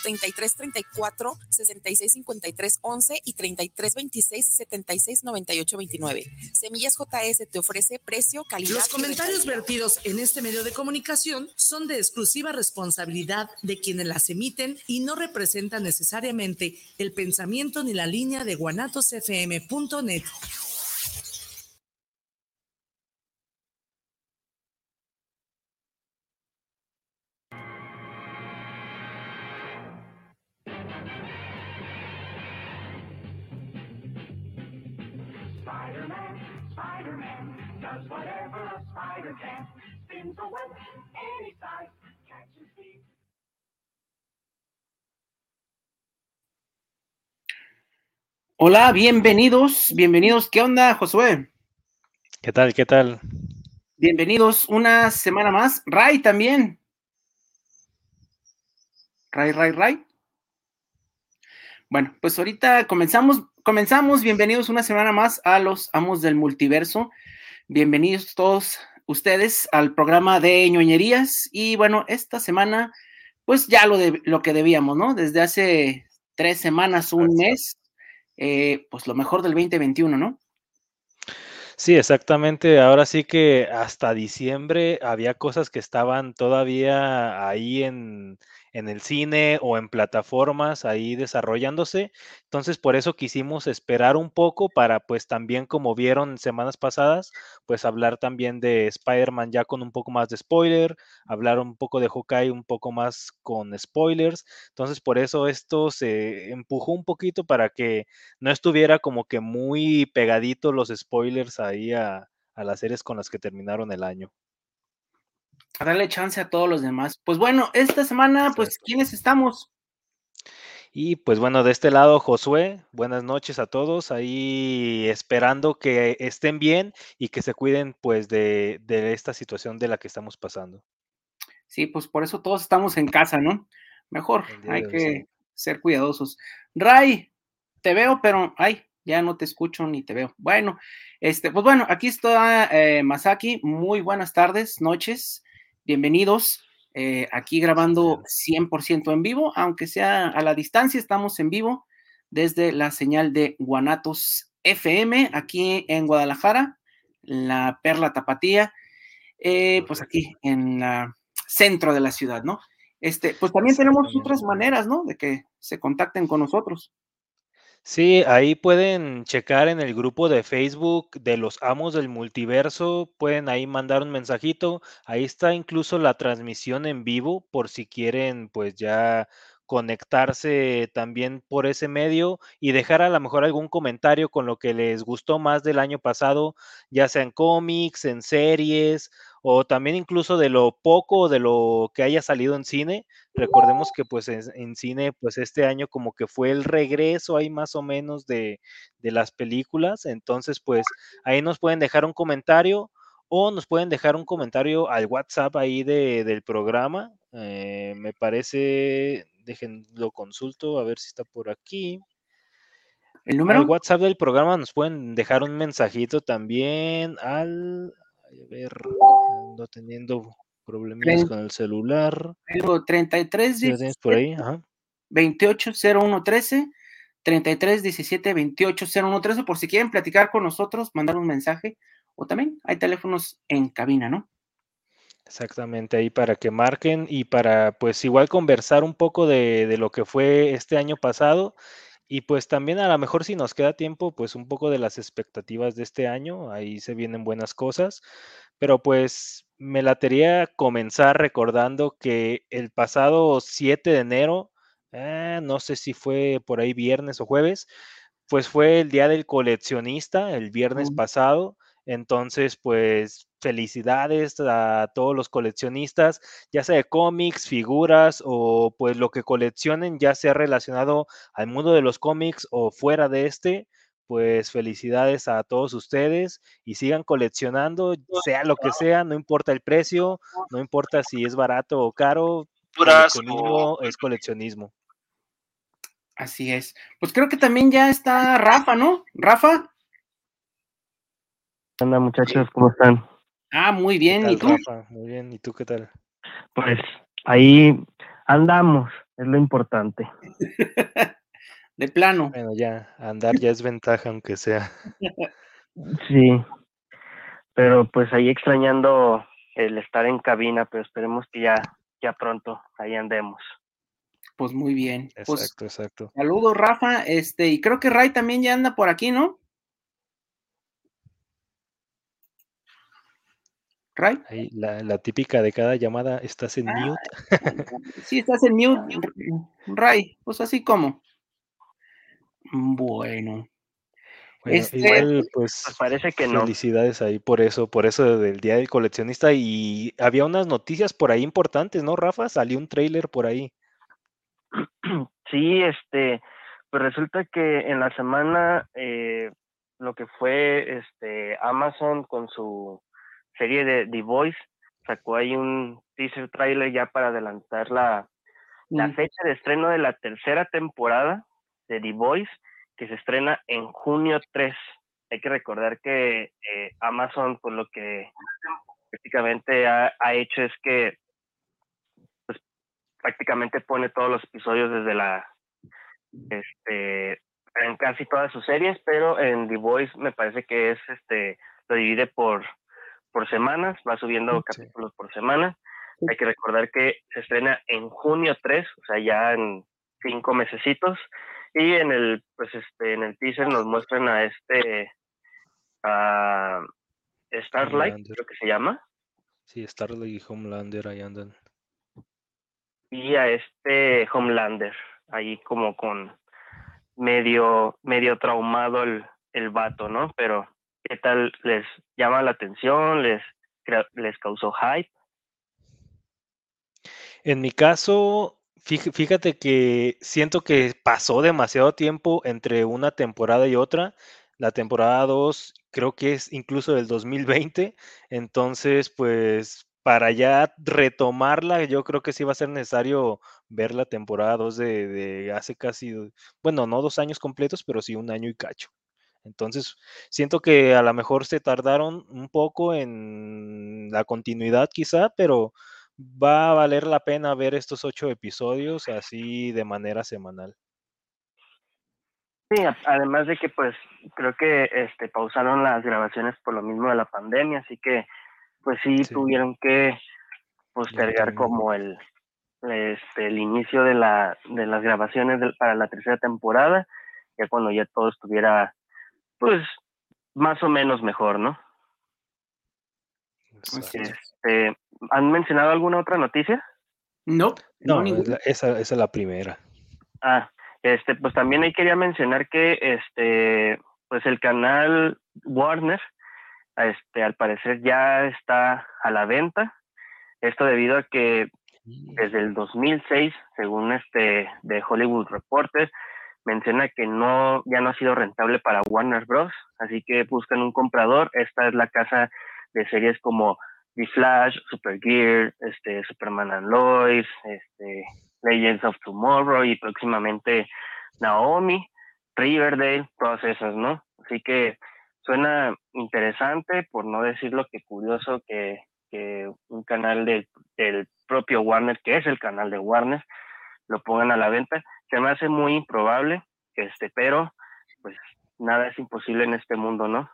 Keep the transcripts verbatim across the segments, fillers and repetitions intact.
treinta y tres treinta y cuatro sesenta y seis cincuenta y tres once y treinta y tres veintiséis setenta y seis noventa y ocho veintinueve. Semillas J S te ofrece precio, calidad. Los comentarios vertidos en este medio de comunicación son de exclusiva responsabilidad de quienes las emiten y no representan necesariamente el pensamiento ni la línea de guanatos f m punto net. Spider-Man, Spider-Man, does whatever a spider can. Spins a web any size, catches thief. Hola, bienvenidos, bienvenidos. ¿Qué onda, Josué? ¿Qué tal, qué tal? Bienvenidos una semana más. Ray también. Ray, Ray, Ray. Bueno, pues ahorita comenzamos, comenzamos. Bienvenidos una semana más a los Amos del Multiverso. Bienvenidos todos ustedes al programa de ñoñerías. Y bueno, esta semana, pues ya lo, de, lo que debíamos, ¿no? Desde hace tres semanas, un mes, eh, pues lo mejor del veinte veintiuno, ¿no? Sí, exactamente. Ahora sí que hasta diciembre había cosas que estaban todavía ahí en, en el cine o en plataformas ahí desarrollándose. Entonces, por eso quisimos esperar un poco para, pues también como vieron semanas pasadas, pues hablar también de Spider-Man ya con un poco más de spoiler, hablar un poco de Hawkeye un poco más con spoilers. Entonces, por eso esto se empujó un poquito para que no estuviera como que muy pegadito los spoilers ahí a, a las series con las que terminaron el año. A darle chance a todos los demás. Pues bueno, esta semana, pues, Exacto. ¿quiénes estamos? Y pues bueno, de este lado, Josué, buenas noches a todos, ahí esperando que estén bien y que se cuiden pues de, de esta situación de la que estamos pasando. Sí, pues por eso todos estamos en casa, ¿no? Mejor, El día hay de hoy, que sí. ser cuidadosos. Ray, te veo, pero, ay, ya no te escucho ni te veo. Bueno, este, pues bueno, aquí está eh, Masaki. Muy buenas tardes, noches, bienvenidos. Eh, aquí grabando cien por ciento en vivo, aunque sea a la distancia, estamos en vivo desde la señal de Guanatos F M, aquí en Guadalajara, la Perla Tapatía, eh, pues aquí en la centro de la ciudad, ¿no? Este, pues también tenemos otras maneras, ¿no? De que se contacten con nosotros. Sí, ahí pueden checar en el grupo de Facebook de los Amos del Multiverso, pueden ahí mandar un mensajito, ahí está incluso la transmisión en vivo por si quieren pues ya conectarse también por ese medio y dejar a lo mejor algún comentario con lo que les gustó más del año pasado, ya sea en cómics, en series o también incluso de lo poco o de lo que haya salido en cine. Recordemos que pues en, en cine pues este año como que fue el regreso ahí más o menos de, de las películas, entonces pues ahí nos pueden dejar un comentario o nos pueden dejar un comentario al WhatsApp ahí de, del programa, eh, me parece, déjenlo consulto a ver si está por aquí. ¿El Al número? WhatsApp del programa nos pueden dejar un mensajito también al, a ver, ando teniendo problemillas con el celular. treinta y tres ¿Sí lo tienes por ahí? Ajá. veintiocho cero uno trece, treinta y tres diecisiete veintiocho cero uno trece, por si quieren platicar con nosotros, mandar un mensaje, o también hay teléfonos en cabina, ¿no? Exactamente, ahí para que marquen y para pues igual conversar un poco de, de lo que fue este año pasado y pues también a lo mejor si nos queda tiempo pues un poco de las expectativas de este año, ahí se vienen buenas cosas, pero pues me latería comenzar recordando que el pasado siete de enero, eh, no sé si fue por ahí viernes o jueves, pues fue el día del coleccionista, el viernes Mm. pasado. Entonces, pues felicidades a todos los coleccionistas, ya sea de cómics, figuras o pues lo que coleccionen, ya sea relacionado al mundo de los cómics o fuera de este, pues felicidades a todos ustedes y sigan coleccionando, sea lo que sea, no importa el precio, no importa si es barato o caro, coleccionismo es coleccionismo. Así es. Pues creo que también ya está Rafa, ¿no? Rafa. Hola muchachos, ¿cómo están? Ah, muy ¿Qué bien. tal, ¿Y tú? Rafa? Muy bien. ¿Y tú qué tal? Pues ahí andamos, es lo importante. De plano. Bueno, ya, andar ya es ventaja, aunque sea. Sí, pero pues ahí extrañando el estar en cabina, pero esperemos que ya, ya pronto ahí andemos. Pues muy bien. Pues Exacto, exacto. saludos, Rafa. Este, y creo que Ray también ya anda por aquí, ¿no? Ray. Ahí, la, la típica de cada llamada, estás en Ah, mute. sí, estás en mute, Ray. Pues así como. Bueno. Bueno, Este, igual, Pues pues, parece que no. felicidades ahí por eso, por eso del Día del Coleccionista. Y había unas noticias por ahí importantes, ¿no, Rafa? Salió un tráiler por ahí. Sí, este, pues resulta que en la semana eh, lo que fue este Amazon con su serie de The Voice sacó ahí un teaser trailer ya para adelantar la, la mm, fecha de estreno de la tercera temporada de The Voice, que se estrena en junio tres. Hay que recordar que eh, Amazon, por lo que prácticamente ha, ha hecho es que pues, prácticamente pone todos los episodios desde la este en casi todas sus series, pero en The Voice me parece que es este lo divide por por semanas, va subiendo Sí. capítulos por semana. Hay que recordar que se estrena en junio tres, o sea, ya en cinco mesecitos, y en el pues este en el teaser nos muestran a este a Starlight, Homelander. creo que se llama, Sí, Starlight y Homelander ahí andan. y a este Homelander, ahí como con medio, medio traumado el, el vato, ¿no? Pero, ¿qué tal? ¿Les llama la atención? ¿Les, les causó hype? En mi caso, fíj- fíjate que siento que pasó demasiado tiempo entre una temporada y otra. La temporada dos creo que es incluso del dos mil veinte. Entonces, pues para ya retomarla, yo creo que sí va a ser necesario ver la temporada dos de, de hace casi, bueno, no dos años completos, pero sí un año y cacho. Entonces, siento que a lo mejor se tardaron un poco en la continuidad quizá, pero va a valer la pena ver estos ocho episodios así de manera semanal. Sí, a- además de que pues creo que este pausaron las grabaciones por lo mismo de la pandemia, así que pues sí Sí, tuvieron que ya no postergar terminó. como el este el inicio de la de las grabaciones del- para la tercera temporada, ya cuando ya todo estuviera pues más o menos mejor, ¿no? así Exacto. es. Este, ¿han mencionado alguna otra noticia? No, no No, es ninguno. la- esa, esa es la primera. Ah, este, pues también ahí quería mencionar que este, pues el canal Warner, este, al parecer ya está a la venta. Esto debido a que desde el dos mil seis, según este de Hollywood Reporter, menciona que no, ya no ha sido rentable para Warner Bros. Así que buscan un comprador. Esta es la casa de series como The Flash, Supergear, este, Superman and Lois, este, Legends of Tomorrow y próximamente Naomi, Riverdale, todas esas, ¿no? Así que suena interesante, por no decir lo que curioso que, que un canal de, del propio Warner, que es el canal de Warner, lo pongan a la venta. Se me hace muy improbable, este, pero pues nada es imposible en este mundo, ¿no?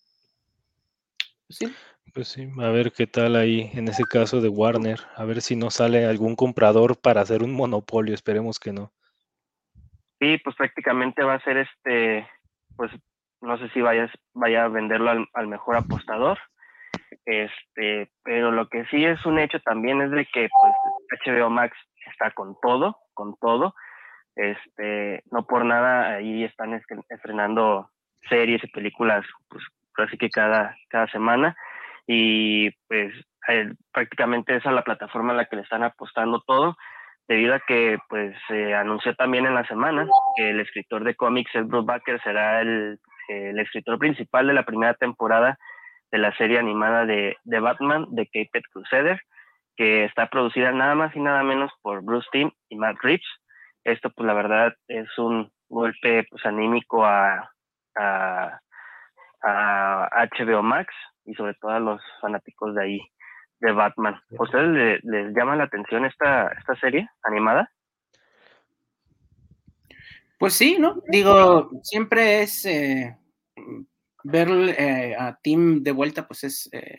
Sí. Pues sí, a ver qué tal ahí en ese caso de Warner, a ver si no sale algún comprador para hacer un monopolio, esperemos que no. Sí, pues prácticamente va a ser este, pues no sé si vayas, vaya a venderlo al, al mejor apostador, este, pero lo que sí es un hecho también es de que pues H B O Max está con todo, con todo, este, no por nada ahí están estrenando series y películas, pues casi que cada, cada semana, y pues eh, prácticamente esa es la plataforma a la que le están apostando todo, debido a que pues se anunció también en la semana que el escritor de cómics, Ed Brubaker, será el, el escritor principal de la primera temporada de la serie animada de, de Batman, de Caped Crusader, que está producida nada más y nada menos por Bruce Timm y Matt Reeves. Esto, pues la verdad, es un golpe pues anímico a, a, a H B O Max y sobre todo a los fanáticos de ahí, de Batman. ¿A ustedes le, les llama la atención esta, esta serie animada? Pues sí, ¿no? Digo, siempre es eh, ver eh, a Tim de vuelta, pues es eh,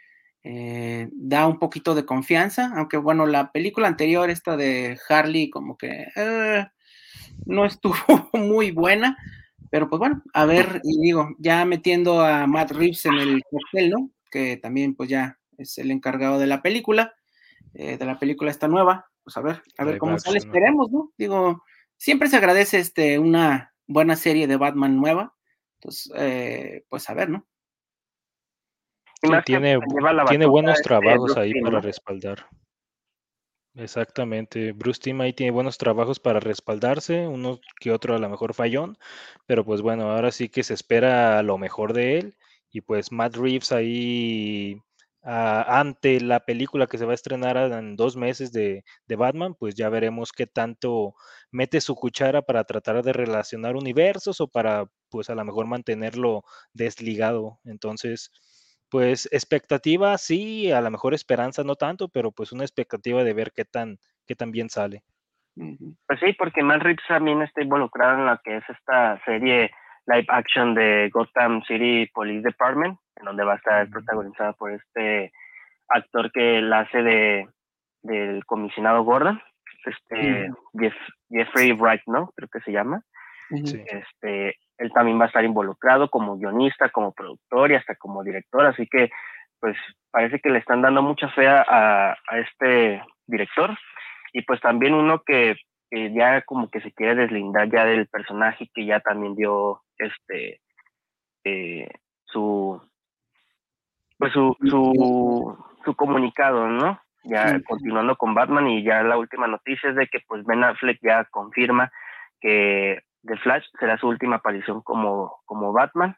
eh, da un poquito de confianza, aunque bueno, la película anterior, esta de Harley, como que eh, no estuvo muy buena, pero pues bueno, a ver, y digo, ya metiendo a Matt Reeves en el cóctel, ¿no? Que también pues ya es el encargado de la película, eh, de la película esta nueva, pues a ver, a ver Live cómo sale, action, ajá. esperemos, ¿no? Digo, siempre se agradece este, una buena serie de Batman nueva, entonces, eh, pues a ver, ¿no? Y Sí, más que tiene, lleva la tiene batuta buenos este trabajos Bruce ahí Timm, para ¿no? respaldar. Exactamente, Bruce Timm ahí tiene buenos trabajos para respaldarse, uno que otro a lo mejor fallón, pero pues bueno, ahora sí que se espera lo mejor de él y pues Matt Reeves ahí ah, ante la película que se va a estrenar en dos meses de, de Batman, pues ya veremos qué tanto mete su cuchara para tratar de relacionar universos o para pues a lo mejor mantenerlo desligado. Entonces, pues expectativa sí, a lo mejor esperanza no tanto, pero pues una expectativa de ver qué tan, qué tan bien sale. Uh-huh. Pues sí, porque Matt Reeves también está involucrado en la que es esta serie live action de Gotham City Police Department, en donde va a estar protagonizada por este actor que la hace de del comisionado Gordon, este Uh-huh. Jeff, Jeffrey Wright, ¿no? Creo que se llama. Uh-huh. Sí. Este, él también va a estar involucrado como guionista, como productor y hasta como director, así que pues parece que le están dando mucha fe a, a este director y pues también uno que, que ya como que se quiere deslindar ya del personaje, que ya también dio este eh, su pues su, su su comunicado, ¿no? Ya Uh-huh. continuando con Batman, y ya la última noticia es de que pues Ben Affleck ya confirma que The Flash será su última aparición como, como Batman.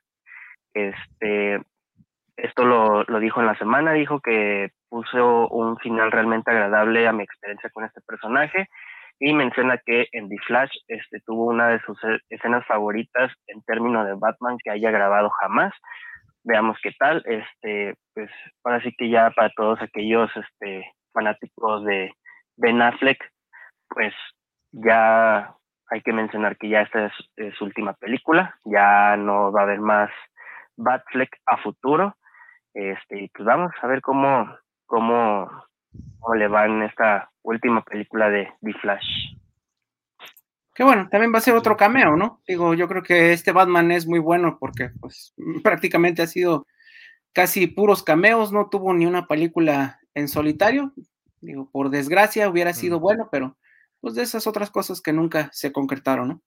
Este, esto lo, lo dijo en la semana, dijo que puso un final realmente agradable a mi experiencia con este personaje y menciona que en The Flash este, tuvo una de sus escenas favoritas en términos de Batman que haya grabado jamás. Veamos qué tal. Este, pues ahora sí que ya para todos aquellos este, fanáticos de Ben Affleck, pues ya hay que mencionar que ya esta es, es su última película, ya no va a haber más Batfleck a futuro. Este, pues vamos a ver cómo, cómo, cómo le va en esta última película de The Flash. Que bueno, también va a ser otro cameo, ¿no? Digo, yo creo que este Batman es muy bueno porque pues prácticamente ha sido casi puros cameos, no tuvo ni una película en solitario. Digo, por desgracia hubiera sido Mm. bueno, pero pues de esas otras cosas que nunca se concretaron, ¿no?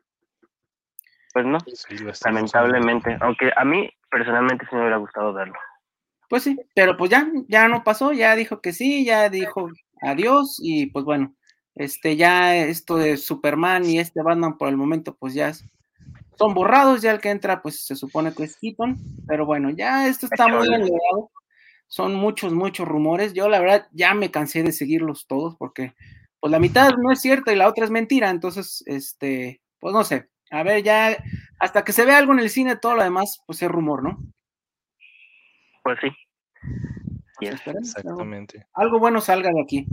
Pues no, Sí, lastimosamente. lamentablemente, aunque a mí personalmente sí me hubiera gustado verlo. Pues sí, pero pues ya, ya no pasó, ya dijo que sí, ya dijo adiós y pues bueno, este ya esto de Superman y este Batman por el momento pues ya son borrados, ya el que entra pues se supone que es Keaton, pero bueno, ya esto está muy elevado, son muchos, muchos rumores, yo la verdad ya me cansé de seguirlos todos porque pues la mitad no es cierta y la otra es mentira, entonces, este, pues no sé, a ver ya, hasta que se vea algo en el cine, todo lo demás pues es rumor, ¿no? Pues sí. Pues Yes. esperemos, algo, Exactamente. algo bueno salga de aquí.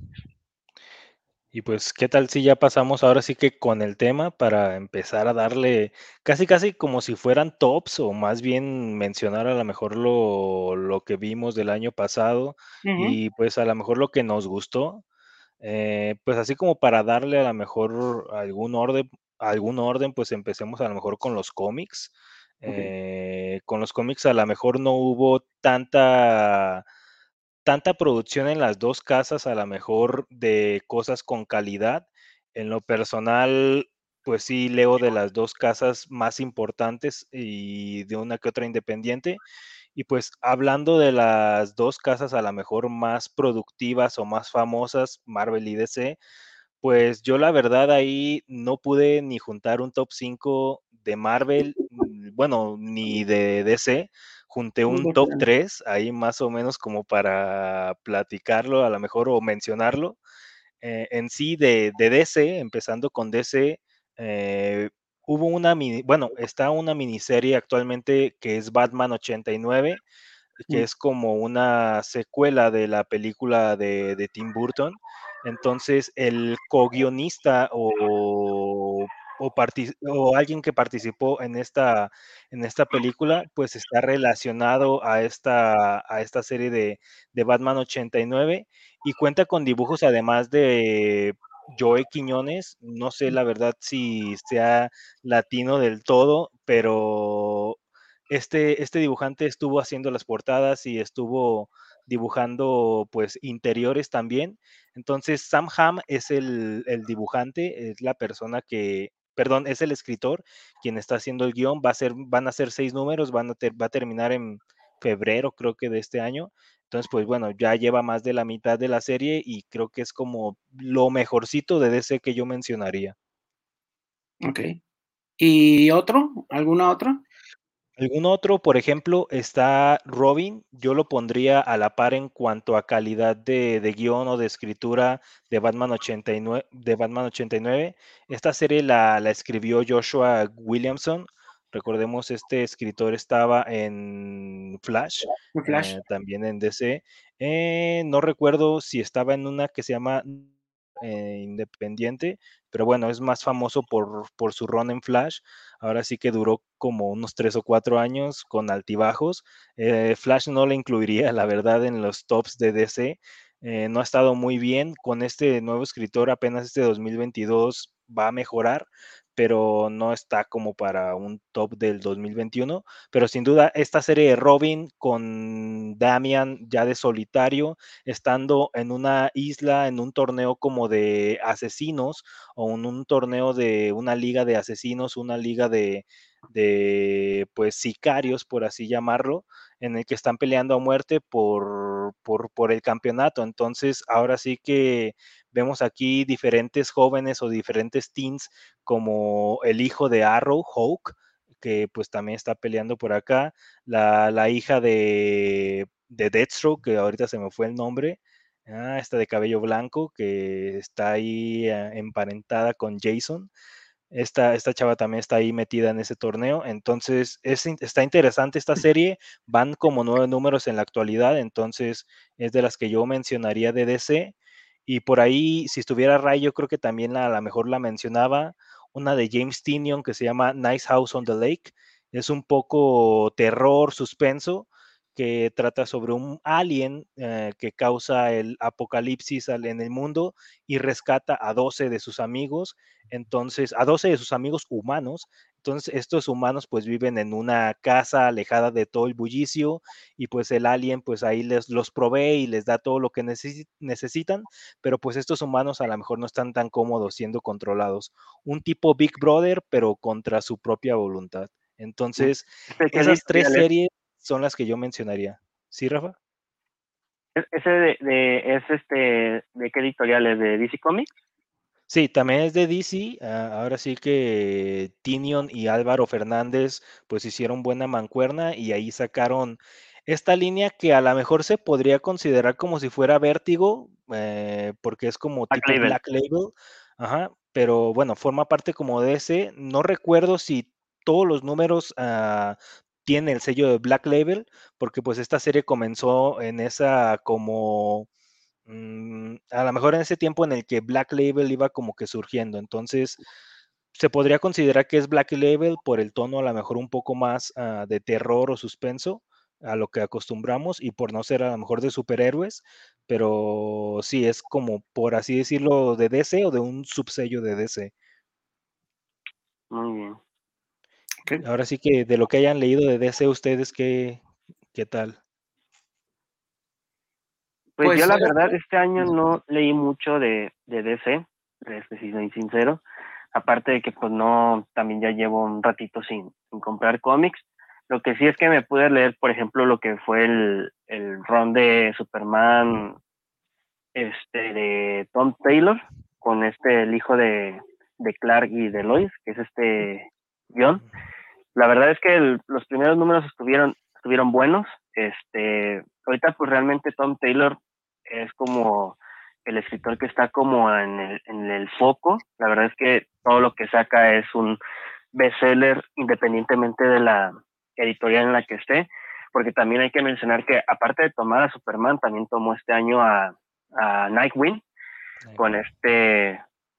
Y pues, ¿qué tal si ya pasamos ahora sí que con el tema para empezar a darle casi, casi como si fueran tops o más bien mencionar a lo mejor lo, lo que vimos del año pasado Uh-huh. y pues a lo mejor lo que nos gustó, eh, pues así como para darle a lo mejor algún orden, algún orden, pues empecemos a lo mejor con los cómics. Okay. Eh, con los cómics a lo mejor no hubo tanta tanta producción en las dos casas, a lo mejor de cosas con calidad. En lo personal, pues sí leo de las dos casas más importantes y de una que otra independiente. Y pues hablando de las dos casas a lo mejor más productivas o más famosas, Marvel y D C, pues yo la verdad ahí no pude ni juntar un top cinco de Marvel, mm, bueno, ni de D C, junté un top tres ahí más o menos como para platicarlo a lo mejor o mencionarlo. Eh, en sí de, de D C, empezando con D C, eh, hubo una mini, bueno, está una miniserie actualmente que es Batman ochenta y nueve, que Mm. es como una secuela de la película de, de Tim Burton. Entonces, el co-guionista o, o, partic- o alguien que participó en esta, en esta película, pues está relacionado a esta, a esta serie de, de Batman ochenta y nueve y cuenta con dibujos además de Joe Quiñones. No sé la verdad si sea latino del todo, pero este, este dibujante estuvo haciendo las portadas y estuvo dibujando pues interiores también. Entonces Sam Hamm es el, el dibujante, es la persona que, perdón, es el escritor quien está haciendo el guión. Va a ser, van a ser seis números, van a ter- va a terminar en febrero creo que de este año. Entonces, pues bueno, ya lleva más de la mitad de la serie y creo que es como lo mejorcito de D C que yo mencionaría. Ok. ¿Y otro? ¿Alguna otra? ¿Algún otro? Por ejemplo, está Robin. Yo lo pondría a la par en cuanto a calidad de, de guión o de escritura de Batman ochenta y nueve, de Batman ochenta y nueve. Esta serie la, la escribió Joshua Williamson. Recordemos, este escritor estaba en Flash, ¿Un Flash? eh, también en D C. Eh, no recuerdo si estaba en una que se llama eh, Independiente, pero bueno, es más famoso por, por su run en Flash. Ahora sí que duró como unos tres o cuatro años con altibajos. Eh, Flash no le incluiría, la verdad, en los tops de D C. Eh, no ha estado muy bien. Con este nuevo escritor, apenas este dos mil veintidós va a mejorar, pero no está como para un top del dos mil veintiuno. Pero sin duda, esta serie de Robin con Damian ya de solitario, estando en una isla, en un torneo como de asesinos, o en un torneo de una liga de asesinos, una liga de, de pues sicarios, por así llamarlo, en el que están peleando a muerte por, por, por el campeonato. Entonces, ahora sí que vemos aquí diferentes jóvenes o diferentes teens, como el hijo de Arrow, Hawk, que pues también está peleando por acá, la, la hija de, de Deathstroke, que ahorita se me fue el nombre, ah, esta de cabello blanco, que está ahí eh, emparentada con Jason. Esta, esta chava también está ahí metida en ese torneo. Entonces, es, está interesante esta serie. Van como nueve números en la actualidad. Entonces, es de las que yo mencionaría de D C. Y por ahí, si estuviera Ray, yo creo que también a lo mejor la mencionaba. Una de James Tynion que se llama Nice House on the Lake. Es un poco terror, suspenso, que trata sobre un alien eh, que causa el apocalipsis en el mundo y rescata a doce de sus amigos. Entonces, a doce de sus amigos humanos. Entonces, estos humanos pues viven en una casa alejada de todo el bullicio y pues el alien pues ahí les los provee y les da todo lo que necesi necesitan, pero pues estos humanos a lo mejor no están tan cómodos siendo controlados. Un tipo Big Brother, pero contra su propia voluntad. Entonces, Este, ¿qué esas tres editorial es? series son las que yo mencionaría. ¿Sí, Rafa? E- Ese de, de- es este, ¿de qué editorial es? ¿De D C Comics? Sí, también es de D C. ah, ahora sí que Tinion y Álvaro Fernández pues hicieron buena mancuerna y ahí sacaron esta línea que a lo mejor se podría considerar como si fuera Vértigo, eh, porque es como Black tipo Label. Black Label, ajá, pero bueno, forma parte como de ese. No recuerdo si todos los números ah, tienen el sello de Black Label, porque pues esta serie comenzó en esa como Mm, a lo mejor en ese tiempo en el que Black Label iba como que surgiendo, entonces se podría considerar que es Black Label por el tono a lo mejor un poco más uh, de terror o suspenso a lo que acostumbramos y por no ser a lo mejor de superhéroes, pero sí es como por así decirlo de D C o de un subsello de D C. Muy bien. Okay. Ahora sí que de lo que hayan leído de D C ustedes, ¿qué, qué tal? Pues yo Pues, la verdad este año no leí mucho de, de D C, este, si soy sincero. Aparte de que pues no, también ya llevo un ratito sin, sin comprar cómics. Lo que sí es que me pude leer, por ejemplo, lo que fue el, el run de Superman, este, de Tom Taylor, con este, el hijo de, de Clark y de Lois, que es este John. La verdad es que el, los primeros números estuvieron, estuvieron buenos. Este, ahorita pues realmente Tom Taylor es como el escritor que está como en el, en el foco. La verdad es que todo lo que saca es un bestseller independientemente de la editorial en la que esté, porque también hay que mencionar que aparte de tomar a Superman, también tomó este año a, a Nightwing con este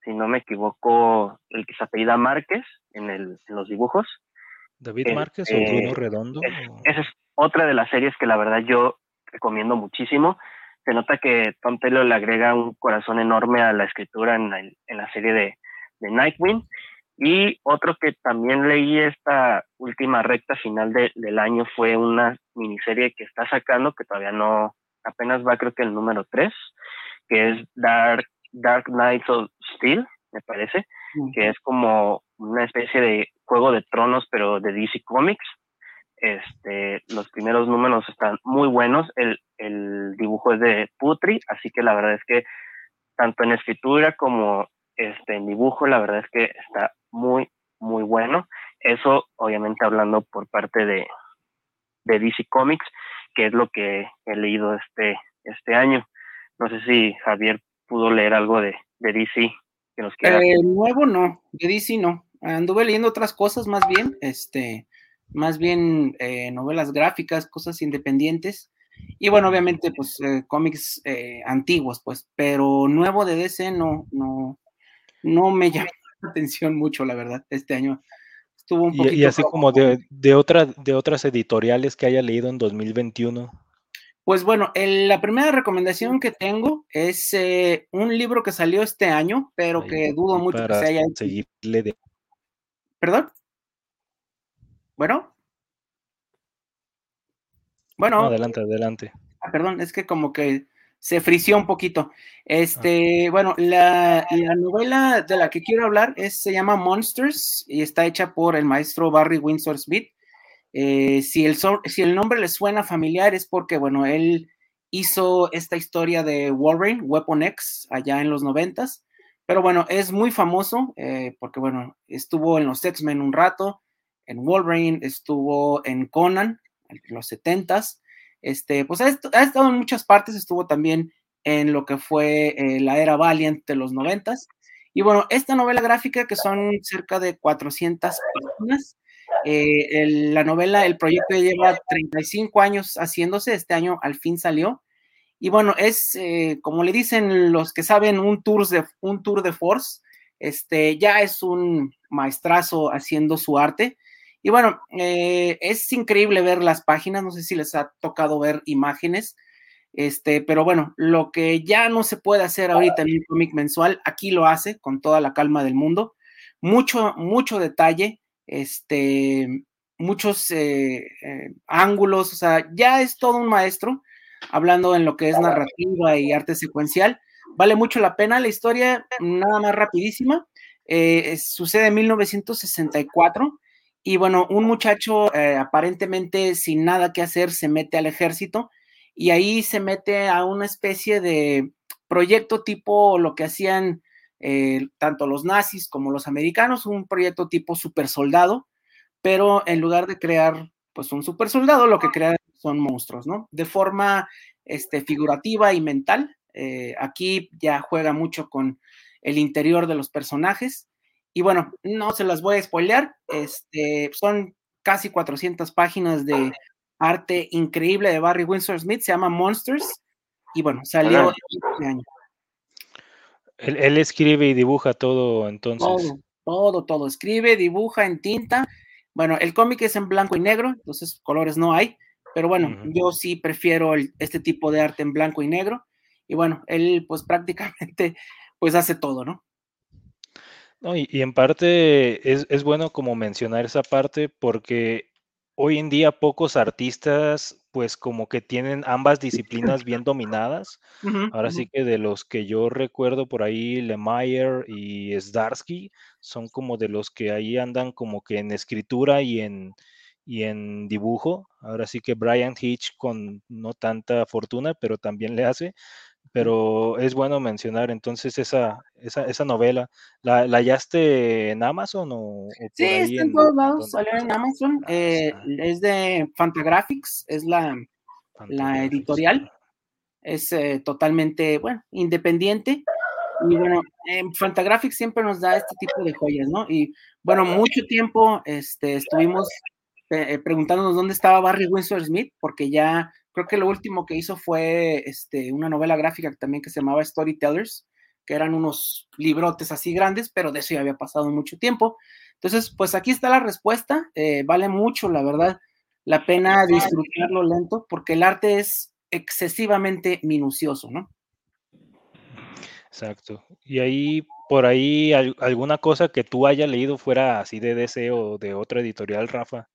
si no me equivoco, el que se apellida Márquez en, el, en los dibujos. ¿David Eh, Márquez o eh, Bruno Redondo? es- o- esa es otra de las series que la verdad yo recomiendo muchísimo. Se nota que Tom Taylor le agrega un corazón enorme a la escritura en la, en la serie de, de Nightwing. Y otro que también leí esta última recta final de- del año fue una miniserie que está sacando, que todavía no, apenas va creo que el número tres, que es Dark, Dark Knights of Steel, me parece, que es como una especie de Juego de Tronos, pero de D C Comics. Este, los primeros números están muy buenos, el, el dibujo es de Putri, así que la verdad es que tanto en escritura como este, en dibujo, la verdad es que está muy, muy bueno. Eso, obviamente, hablando por parte de, de D C Comics, que es lo que he leído este, este año. No sé si Javier pudo leer algo de, de D C que nos quiera. Eh, nuevo no, de D C no. Anduve leyendo otras cosas más bien, este, más bien eh, novelas gráficas, cosas independientes. Y bueno, obviamente, pues eh, cómics eh, antiguos, pues, pero nuevo de D C no, no, no me llamó la atención mucho, la verdad. Este año estuvo un Y, y poquito así flojo. como de, de, otra, de otras editoriales que haya leído en dos mil veintiuno. Pues bueno, el- la primera recomendación que tengo es eh, un libro que salió este año, pero Ahí, que dudo ahí mucho que para se haya hecho. seguirle de... ¿Perdón? Bueno, No, bueno, adelante, adelante. ah, perdón, es que como que se frició un poquito. Ah, Este, bueno, la, la novela de la que quiero hablar es, se llama Monsters y está hecha por el maestro Barry Windsor Smith. Eh, si, el, so- si el nombre le suena familiar es porque, bueno, él hizo esta historia de Wolverine, Weapon X, allá en los noventas, pero bueno, es muy famoso eh, porque, bueno, estuvo en los X-Men un rato, en Wolverine, estuvo en Conan, en los setentas, este, pues ha, est- ha estado en muchas partes, estuvo también en lo que fue eh, la era Valiant de los noventas, y bueno, esta novela gráfica que son cerca de cuatrocientas páginas, eh, el, la novela, el proyecto ya lleva treinta y cinco años haciéndose, este año al fin salió. Y bueno, es eh, como le dicen los que saben, un tour de, un tour de force. Este, ya es un maestrazo haciendo su arte. Y bueno, eh, es increíble ver las páginas, no sé si les ha tocado ver imágenes, este, pero bueno, lo que ya no se puede hacer ahorita en un cómic mensual, aquí lo hace con toda la calma del mundo. Mucho, mucho detalle, este, muchos eh, eh, ángulos, o sea, ya es todo un maestro, hablando en lo que es narrativa y arte secuencial. Vale mucho la pena. La historia, nada más rapidísima, eh, sucede en mil novecientos sesenta y cuatro y bueno, un muchacho eh, aparentemente sin nada que hacer se mete al ejército y ahí se mete a una especie de proyecto tipo lo que hacían eh, tanto los nazis como los americanos, un proyecto tipo super soldado, pero en lugar de crear pues un super soldado, lo que crean son monstruos, ¿no? De forma este, figurativa y mental. Eh, aquí ya juega mucho con el interior de los personajes. Y bueno, no se las voy a spoilear. Este, son casi cuatrocientas páginas de arte increíble de Barry Windsor Smith. Se llama Monsters. Y bueno, salió este año. Él, él escribe y dibuja todo, entonces. Todo, todo, todo. Escribe, dibuja en tinta. Bueno, el cómic es en blanco y negro, entonces colores no hay, pero bueno, Ujú. yo sí prefiero el- este tipo de arte en blanco y negro. Y bueno, él pues prácticamente pues hace todo, ¿no? No, y, y en parte es, es bueno como mencionar esa parte porque hoy en día pocos artistas pues como que tienen ambas disciplinas bien dominadas. Ujú, Ahora ujú. sí que de los que yo recuerdo por ahí, Lemire y Zdarsky son como de los que ahí andan como que en escritura y en, y en dibujo. Ahora sí que Brian Hitch con no tanta fortuna, pero también le hace. Pero es bueno mencionar entonces esa, esa, esa novela. ¿La, la hallaste en Amazon o, o Sí, por ahí está en en, todos en lados, dónde? salió en Amazon, Ah, eh, está. es de Fantagraphics, es la, la Fantagraphics. editorial, es eh, totalmente, bueno, independiente. Y bueno, eh, Fantagraphics siempre nos da este tipo de joyas, ¿no? Y bueno, mucho tiempo este, estuvimos eh, preguntándonos dónde estaba Barry Windsor Smith, porque ya creo que lo último que hizo fue este, una novela gráfica también que se llamaba Storytellers, que eran unos librotes así grandes, pero de eso ya había pasado mucho tiempo. Entonces, pues aquí está la respuesta, eh, vale mucho, la verdad, la pena disfrutarlo lento, porque el arte es excesivamente minucioso, ¿no? Exacto. Y ahí, por ahí, al- alguna cosa que tú hayas leído fuera así de D C o de otra editorial, Rafa.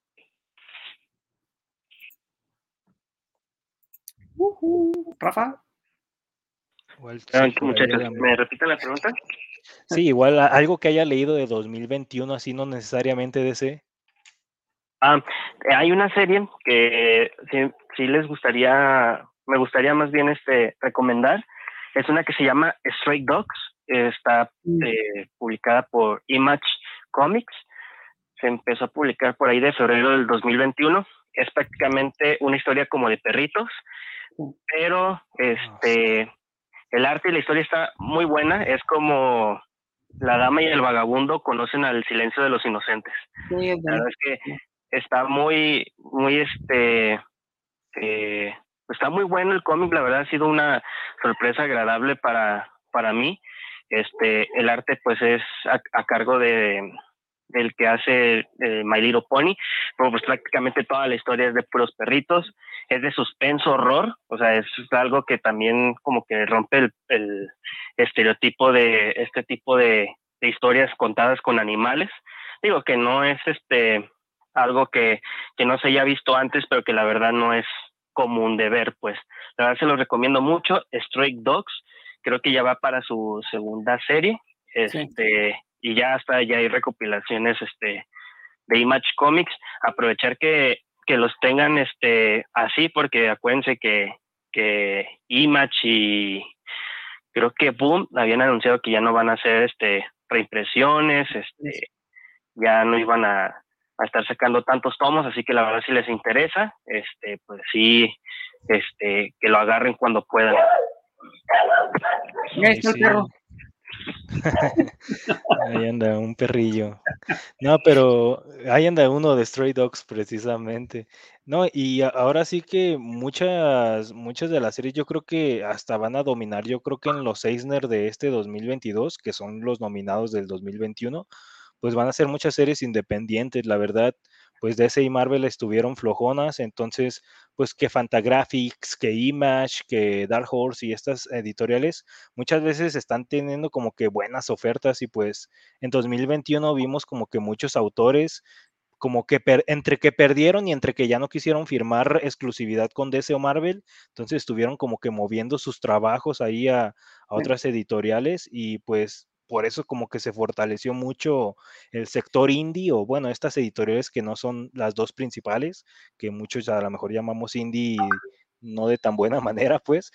Uh-huh. Rafa. Igual, sí, Perdón, por ahí a muchachos, la- ¿me repiten la pregunta? Sí, igual a- algo que haya leído de dos mil veintiuno, así no necesariamente D C. Ah, eh, hay una serie que sí, sí les gustaría, me gustaría más bien este recomendar. Es una que se llama Stray Dogs. Está eh, publicada por Image Comics. Se empezó a publicar por ahí de febrero del dos mil veintiuno. Es prácticamente una historia como de perritos, pero este el arte y la historia está muy buena. Es como La Dama y el Vagabundo conocen al silencio de los inocentes. Sí, es La verdad es que está muy, muy, este, eh, está muy bueno el cómic. La verdad ha sido una sorpresa agradable para, para mí. Este, el arte pues es a, a cargo de del que hace eh, My Little Pony, pero pues prácticamente toda la historia es de puros perritos, es de suspenso, horror, o sea, es algo que también como que rompe el, el estereotipo de este tipo de, de historias contadas con animales. Digo que no es este algo que, que no se haya visto antes, pero que la verdad no es común de ver, pues. La verdad se los recomiendo mucho. Stray Dogs, creo que ya va para su segunda serie, este, sí. Y ya hasta ya hay recopilaciones este, de Image Comics. Aprovechar que, que los tengan este, así, porque acuérdense que, que Image y creo que Boom habían anunciado que ya no van a hacer este, reimpresiones, este, ya no iban a, a estar sacando tantos tomos, así que la verdad si les interesa, este, pues sí, este, que lo agarren cuando puedan. Ahí está el perro. Ahí anda un perrillo. No, pero ahí anda uno de Stray Dogs precisamente. No, y a- ahora sí que muchas, muchas de las series yo creo que hasta van a dominar, yo creo que en los Eisner de este dos mil veintidós, que son los nominados del dos mil veintiuno, pues van a ser muchas series independientes, la verdad, pues D C y Marvel estuvieron flojonas, entonces, pues que Fantagraphics, que Image, que Dark Horse y estas editoriales muchas veces están teniendo como que buenas ofertas y pues en dos mil veintiuno vimos como que muchos autores como que per, entre que perdieron y entre que ya no quisieron firmar exclusividad con D C o Marvel, entonces estuvieron como que moviendo sus trabajos ahí a, a otras editoriales y pues por eso como que se fortaleció mucho el sector indie o bueno, estas editoriales que no son las dos principales, que muchos a lo mejor llamamos indie no de tan buena manera pues,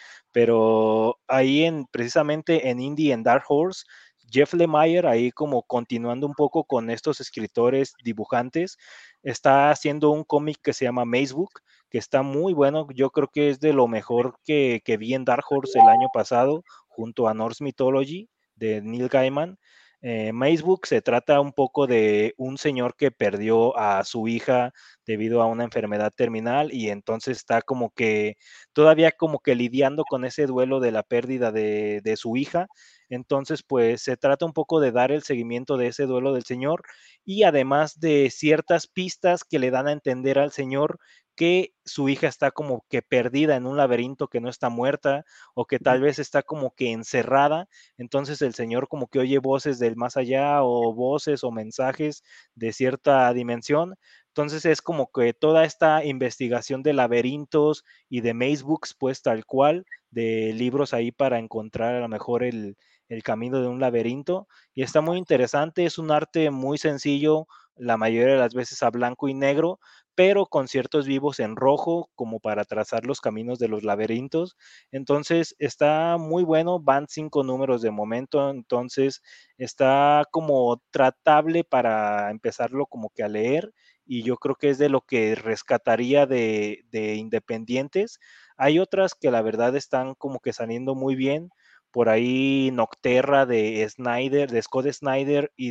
pero ahí en precisamente en indie, en Dark Horse, Jeff Lemire, ahí como continuando un poco con estos escritores, dibujantes, está haciendo un cómic que se llama Macebook, que está muy bueno, yo creo que es de lo mejor que, que vi en Dark Horse el año pasado, junto a Norse Mythology, de Neil Gaiman. Eh, Macebook se trata un poco de un señor que perdió a su hija debido a una enfermedad terminal y entonces está como que todavía como que lidiando con ese duelo de la pérdida de, de su hija. Entonces, pues se trata un poco de dar el seguimiento de ese duelo del señor y además de ciertas pistas que le dan a entender al señor que su hija está como que perdida en un laberinto, que no está muerta o que tal vez está como que encerrada. Entonces el señor como que oye voces del más allá o voces o mensajes de cierta dimensión. Entonces es como que toda esta investigación de laberintos y de mazebooks, pues tal cual, de libros ahí para encontrar a lo mejor el, el camino de un laberinto. Y está muy interesante, es un arte muy sencillo, la mayoría de las veces a blanco y negro, pero con ciertos vivos en rojo como para trazar los caminos de los laberintos. Entonces está muy bueno, van cinco números de momento, entonces está como tratable para empezarlo como que a leer y yo creo que es de lo que rescataría de, de independientes. Hay otras que la verdad están como que saliendo muy bien, por ahí Nocterra de Snyder, de Scott Snyder y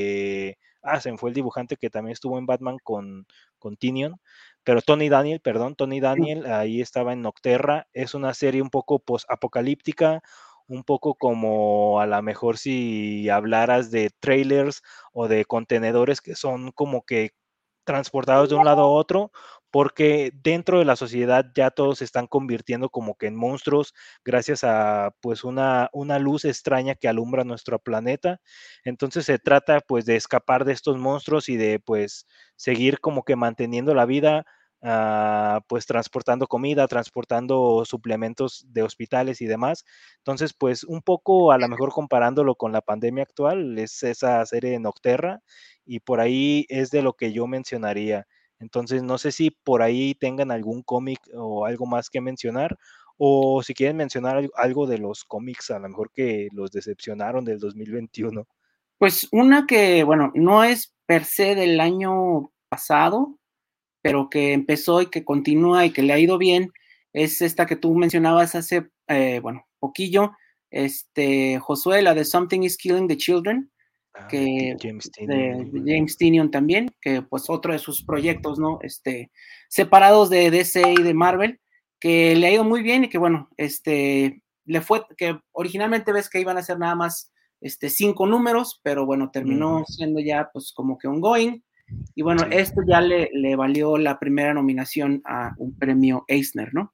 de, ah, se me fue el dibujante que también estuvo en Batman con, con Tynion, pero Tony Daniel, perdón, Tony Daniel, ahí estaba en Nocterra, es una serie un poco post-apocalíptica, un poco como a lo mejor si hablaras de trailers o de contenedores que son como que transportados de un lado a otro, porque dentro de la sociedad ya todos se están convirtiendo como que en monstruos gracias a pues una, una luz extraña que alumbra nuestro planeta. Entonces se trata pues de escapar de estos monstruos y de pues seguir como que manteniendo la vida, uh, pues transportando comida, transportando suplementos de hospitales y demás. Entonces pues un poco a lo mejor comparándolo con la pandemia actual es esa serie Nocterra, y por ahí es de lo que yo mencionaría. Entonces, no sé si por ahí tengan algún cómic o algo más que mencionar, o si quieren mencionar algo de los cómics, a lo mejor que los decepcionaron del dos mil veintiuno. Pues una que, bueno, no es per se del año pasado, pero que empezó y que continúa y que le ha ido bien, es esta que tú mencionabas hace, eh, bueno, poquillo, este, Josué, la de Something is Killing the Children, Ah, de que James de, Tynion. de James Tynion también, que pues otro de sus proyectos, ¿no? Este, separados de D C y de Marvel, que le ha ido muy bien y que bueno, este, le fue, que originalmente ves que iban a ser nada más este, cinco números, pero bueno, terminó Mm, siendo ya pues como que ongoing, y bueno, sí. esto ya le, le valió la primera nominación a un premio Eisner, ¿no?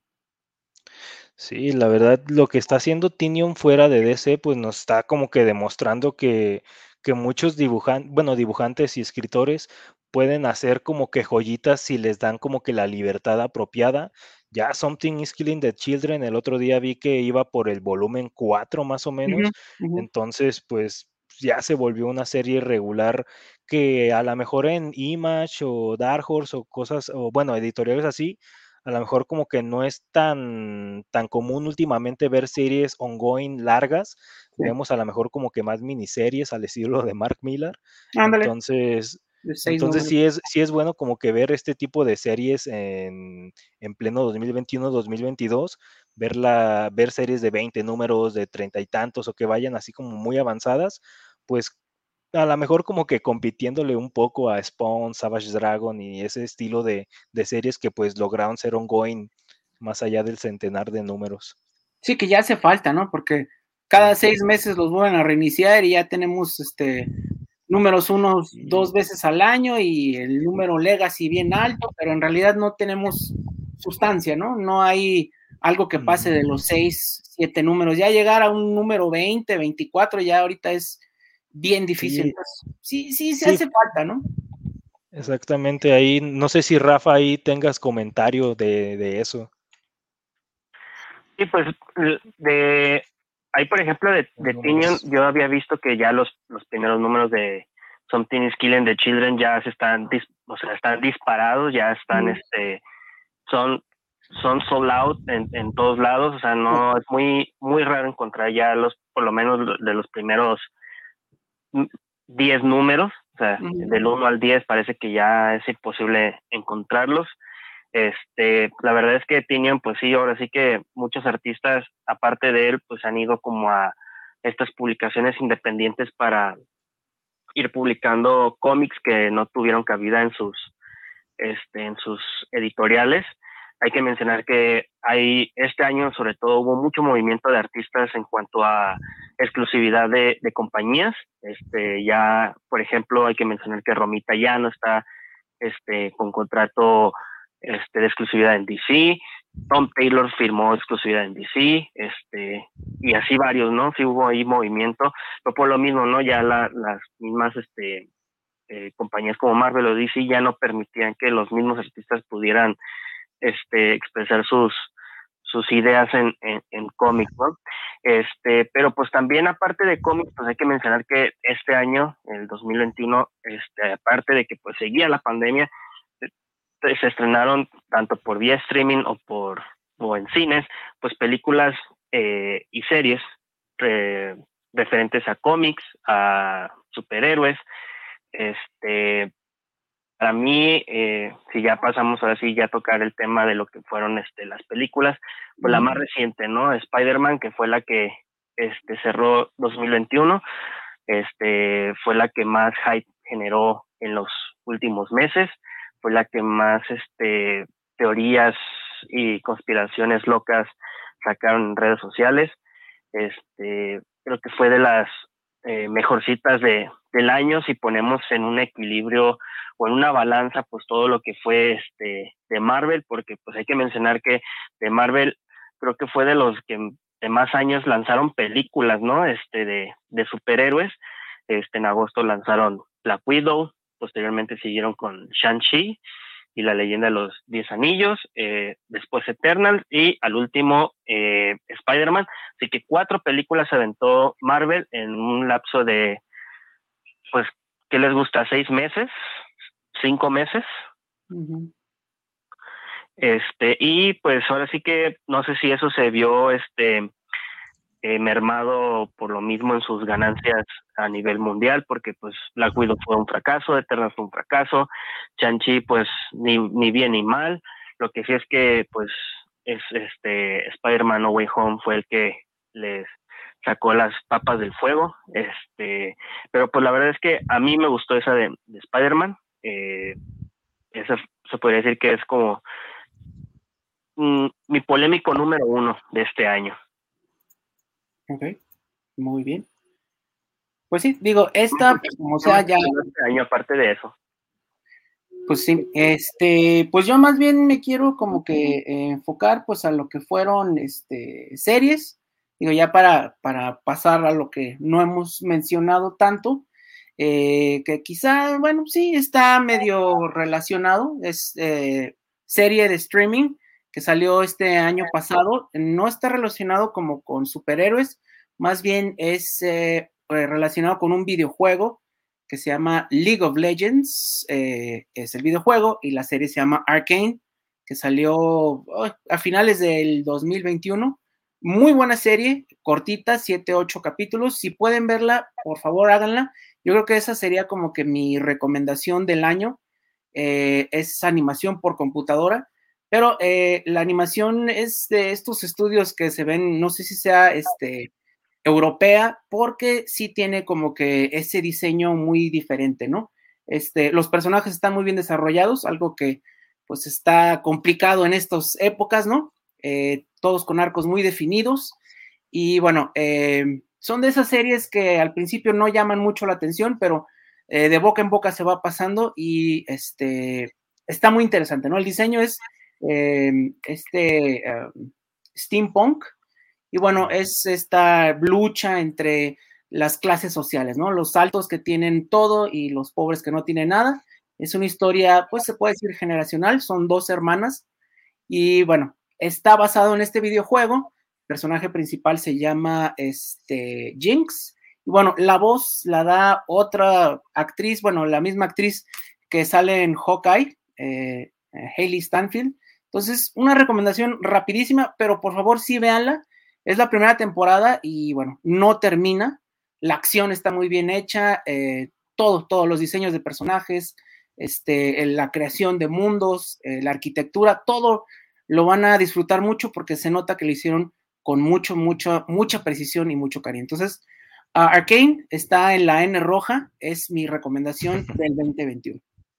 Sí, la verdad, lo que está haciendo Tynion fuera de D C, pues nos está como que demostrando que, que muchos dibujantes, bueno, dibujantes y escritores pueden hacer como que joyitas si les dan como que la libertad apropiada. Ya Something is Killing the Children, el otro día vi que iba por el volumen cuatro más o Ujú, menos, ujú. entonces pues ya se volvió una serie regular que a lo mejor en Image o Dark Horse o cosas, o bueno, editoriales así, a lo mejor como que no es tan, tan común últimamente ver series ongoing largas. Sí. Vemos a lo mejor como que más miniseries al estilo de Mark Millar. Ándale, Entonces, de seis entonces números. sí es, sí es bueno como que ver este tipo de series en, en pleno dos mil veintiuno, dos mil veintidós, ver, la, ver series de veinte números, de treinta y tantos, o que vayan así como muy avanzadas, pues a lo mejor como que compitiéndole un poco a Spawn, Savage Dragon y ese estilo de, de series que pues lograron ser ongoing más allá del centenar de números. Sí, que ya hace falta, ¿no? Porque cada Sí. seis meses los vuelven a reiniciar y ya tenemos este números unos Y, dos veces al año y el número legacy bien alto, pero en realidad no tenemos sustancia, ¿no? No hay algo que pase de los seis, siete números. Ya llegar a un número veinte, veinticuatro, ya ahorita es bien difícil. sí, Entonces, sí, sí, se sí, hace falta, ¿no? exactamente ahí. No sé si Rafa ahí tengas comentario de, de eso. Sí, pues de ahí, por ejemplo, de, Los de Tynion, números. yo había visto que ya los, los primeros números de Something is Killing the Children ya se están, dis, o sea, están disparados, ya están, Mm. este, son, son sold out en, en todos lados, o sea, no es muy, muy raro encontrar ya los, por lo menos de los primeros diez números, o sea, Mm. del uno al diez parece que ya es imposible encontrarlos. Este, la verdad es que Tynion, pues sí, ahora sí que muchos artistas, aparte de él, pues han ido como a estas publicaciones independientes para ir publicando cómics que no tuvieron cabida en sus, este, en sus editoriales. Hay que mencionar que hay, este año sobre todo hubo mucho movimiento de artistas en cuanto a exclusividad de, de compañías. Este, ya, por ejemplo, hay que mencionar que Romita ya no está este, con contrato este, de exclusividad en D C. Tom Taylor firmó exclusividad en D C, este, y así varios, ¿no? Sí hubo ahí movimiento, pero por lo mismo, ¿no? Ya la, las mismas este, eh, compañías como Marvel o D C ya no permitían que los mismos artistas pudieran este, expresar sus, sus ideas en, en, en cómics, ¿no? Este, pero pues también aparte de cómics, pues hay que mencionar que este año, el dos mil veintiuno, este, aparte de que pues seguía la pandemia, se estrenaron tanto por vía streaming o por o en cines, pues películas eh, y series eh, referentes a cómics, a superhéroes. Este, para mí, eh, si ya pasamos ahora sí ya a tocar el tema de lo que fueron este, las películas, pues la más reciente, ¿no? Spider-Man, que fue la que este, cerró dos mil veintiuno, este, fue la que más hype generó en los últimos meses, fue la que más este, teorías y conspiraciones locas sacaron en redes sociales. este, creo que fue de las eh, mejorcitas de, del año, si ponemos en un equilibrio o en una balanza, pues todo lo que fue este de Marvel, porque pues hay que mencionar que de Marvel creo que fue de los que de más años lanzaron películas, ¿no? Este de, de superhéroes. Este, en agosto lanzaron Black Widow, posteriormente siguieron con Shang-Chi y La Leyenda de los Diez Anillos, eh, después Eternals y al último eh, Spider-Man. Así que cuatro películas se aventó Marvel en un lapso de, pues, ¿qué les gusta? ¿Seis meses? ¿Cinco meses? Uh-huh. Este, y pues ahora sí que no sé si eso se vio este eh, mermado por lo mismo en sus ganancias a nivel mundial, porque pues Black Widow fue un fracaso, Eternals fue un fracaso, Shang-Chi pues ni, ni bien ni mal. Lo que sí es que pues es este Spider-Man No Way Home fue el que les sacó las papas del fuego, este, pero pues la verdad es que a mí me gustó esa de, de Spider-Man. Eh, esa se podría decir que es como mm, mi polémico número uno de este año. Ok, muy bien. Pues sí, digo, esta, como sea, ya... Este año, aparte de eso. Pues sí, este, pues yo más bien me quiero como que eh, enfocar pues a lo que fueron este, series, digo, ya para, para pasar a lo que no hemos mencionado tanto, eh, que quizá, bueno, sí, está medio relacionado, es eh, serie de streaming que salió este año pasado, no está relacionado como con superhéroes, más bien es eh, relacionado con un videojuego que se llama League of Legends, eh, es el videojuego, y la serie se llama Arcane, que salió oh, a finales del dos mil veintiuno. Muy buena serie, cortita, siete, ocho capítulos. Si pueden verla, por favor háganla. Yo creo que esa sería como que mi recomendación del año. Eh, es animación por computadora, pero eh, la animación es de estos estudios que se ven, no sé si sea este europea, porque sí tiene como que ese diseño muy diferente, ¿no? Este, los personajes están muy bien desarrollados, algo que pues está complicado en estas épocas, ¿no? Eh, todos con arcos muy definidos y bueno, eh, son de esas series que al principio no llaman mucho la atención, pero eh, de boca en boca se va pasando y este, está muy interesante, ¿no? El diseño es eh, este uh, steampunk, y bueno, es esta lucha entre las clases sociales, ¿no? Los altos que tienen todo y los pobres que no tienen nada. Es una historia, pues se puede decir generacional, son dos hermanas y bueno, está basado en este videojuego. El personaje principal se llama este, Jinx y bueno, la voz la da otra actriz, bueno, la misma actriz que sale en Hawkeye, eh, Hailey Stanfield. Entonces, una recomendación rapidísima, pero por favor sí véanla. Es la primera temporada y bueno, no termina. La acción está muy bien hecha, eh, todo, todos los diseños de personajes, este, la creación de mundos, eh, la arquitectura, todo lo van a disfrutar mucho porque se nota que lo hicieron con mucho, mucho, mucha precisión y mucho cariño. Entonces, uh, Arcane está en la N roja, es mi recomendación del veinte veintiuno.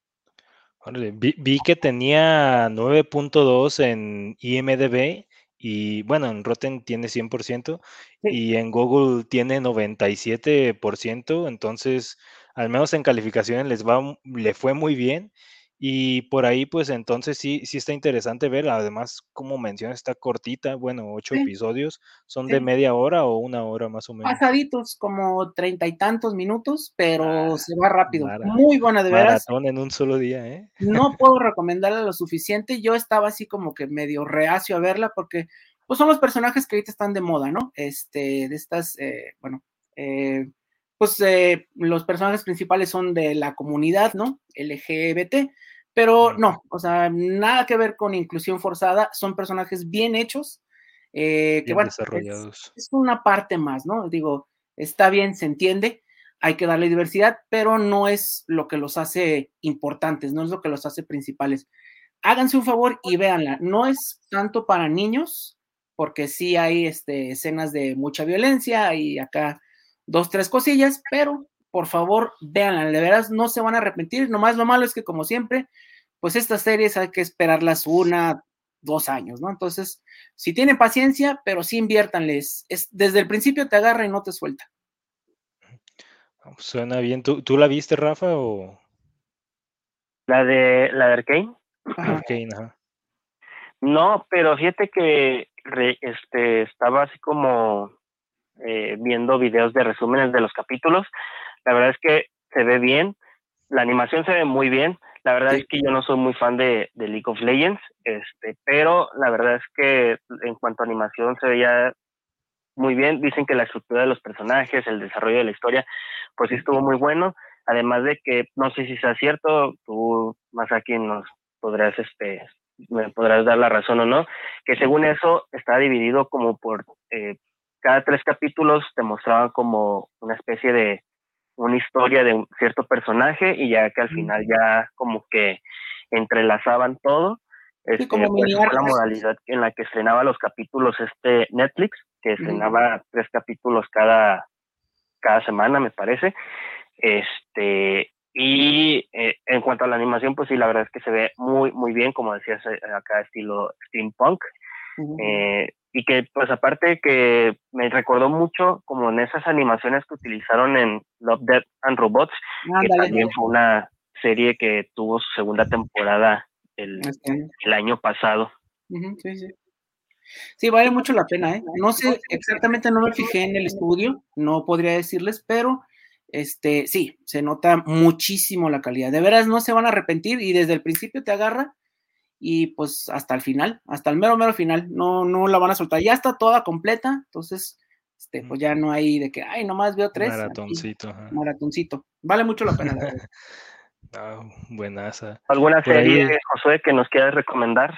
Vi, vi que tenía nueve punto dos en I M D B. Y bueno, en Rotten tiene cien por ciento sí. Y en Google tiene noventa y siete por ciento, entonces al menos en calificaciones les va, le fue muy bien. Y por ahí, pues entonces sí, sí está interesante ver. Además, como mencionas, está cortita, bueno, ocho sí. episodios, ¿son sí. de media hora o una hora más o menos? Pasaditos, como treinta y tantos minutos, pero ah, se va rápido. Mara, muy buena, de veras. Maratón en un solo día, ¿eh? No puedo recomendarla lo suficiente. Yo estaba así como que medio reacio a verla porque pues son los personajes que ahorita están de moda, ¿no? Este, de estas, eh, bueno, eh, pues eh, los personajes principales son de la comunidad, ¿no? L G B T, pero no, o sea, nada que ver con inclusión forzada, son personajes bien hechos, eh, que bien bueno, desarrollados. Es, es una parte más, ¿no? Digo, está bien, se entiende, hay que darle diversidad, pero no es lo que los hace importantes, no es lo que los hace principales. Háganse un favor y véanla, no es tanto para niños, porque sí hay este, escenas de mucha violencia y acá dos, tres cosillas, pero por favor, véanla, de veras no se van a arrepentir. Nomás lo malo es que, como siempre, pues estas series hay que esperarlas una, dos años, ¿no? Entonces, si tienen paciencia, pero sí inviértanles. Es, desde el principio te agarra y no te suelta. Suena bien. ¿Tú, tú la viste, Rafa, o La de la de Arcane. Ajá. Arcane? Ajá. No, pero fíjate que re- este estaba así como eh, viendo videos de resúmenes de los capítulos. La verdad es que se ve bien, la animación se ve muy bien. La verdad Sí. es que yo no soy muy fan de, de League of Legends, este, pero la verdad es que en cuanto a animación se veía muy bien. Dicen que la estructura de los personajes, el desarrollo de la historia, pues sí estuvo muy bueno. Además de que, no sé si sea cierto, tú, Masaki, nos podrás, este, me podrás dar la razón o no, que según eso está dividido como por, eh, cada tres capítulos te mostraban como una especie de una historia de un cierto personaje y ya que al final ya como que entrelazaban todo. Sí, como Este, pues mini fue la arcos. modalidad en la que estrenaba los capítulos este Netflix, que estrenaba uh-huh. tres capítulos cada, cada semana, me parece. Este, y eh, en cuanto a la animación, pues sí, la verdad es que se ve muy, muy bien, como decías acá, estilo steampunk. Uh-huh. Eh, y que, pues aparte que me recordó mucho como en esas animaciones que utilizaron en Love, Death and Robots, ah, que dale, también dale. Fue una serie que tuvo su segunda temporada el, okay. el año pasado. Uh-huh, sí, sí. Sí, vale mucho la pena, ¿eh? No sé, exactamente no me fijé en el estudio, no podría decirles, pero este, sí, se nota muchísimo la calidad. De veras no se van a arrepentir y desde el principio te agarra y pues hasta el final, hasta el mero, mero final, no, no la van a soltar. Ya está toda completa, entonces, este, pues ya no hay de que, ay, nomás veo tres. Maratoncito. Aquí, maratoncito. Vale mucho la pena, la verdad. Oh, buenaza. ¿Alguna por serie, ahí, Josué, que nos quieras recomendar?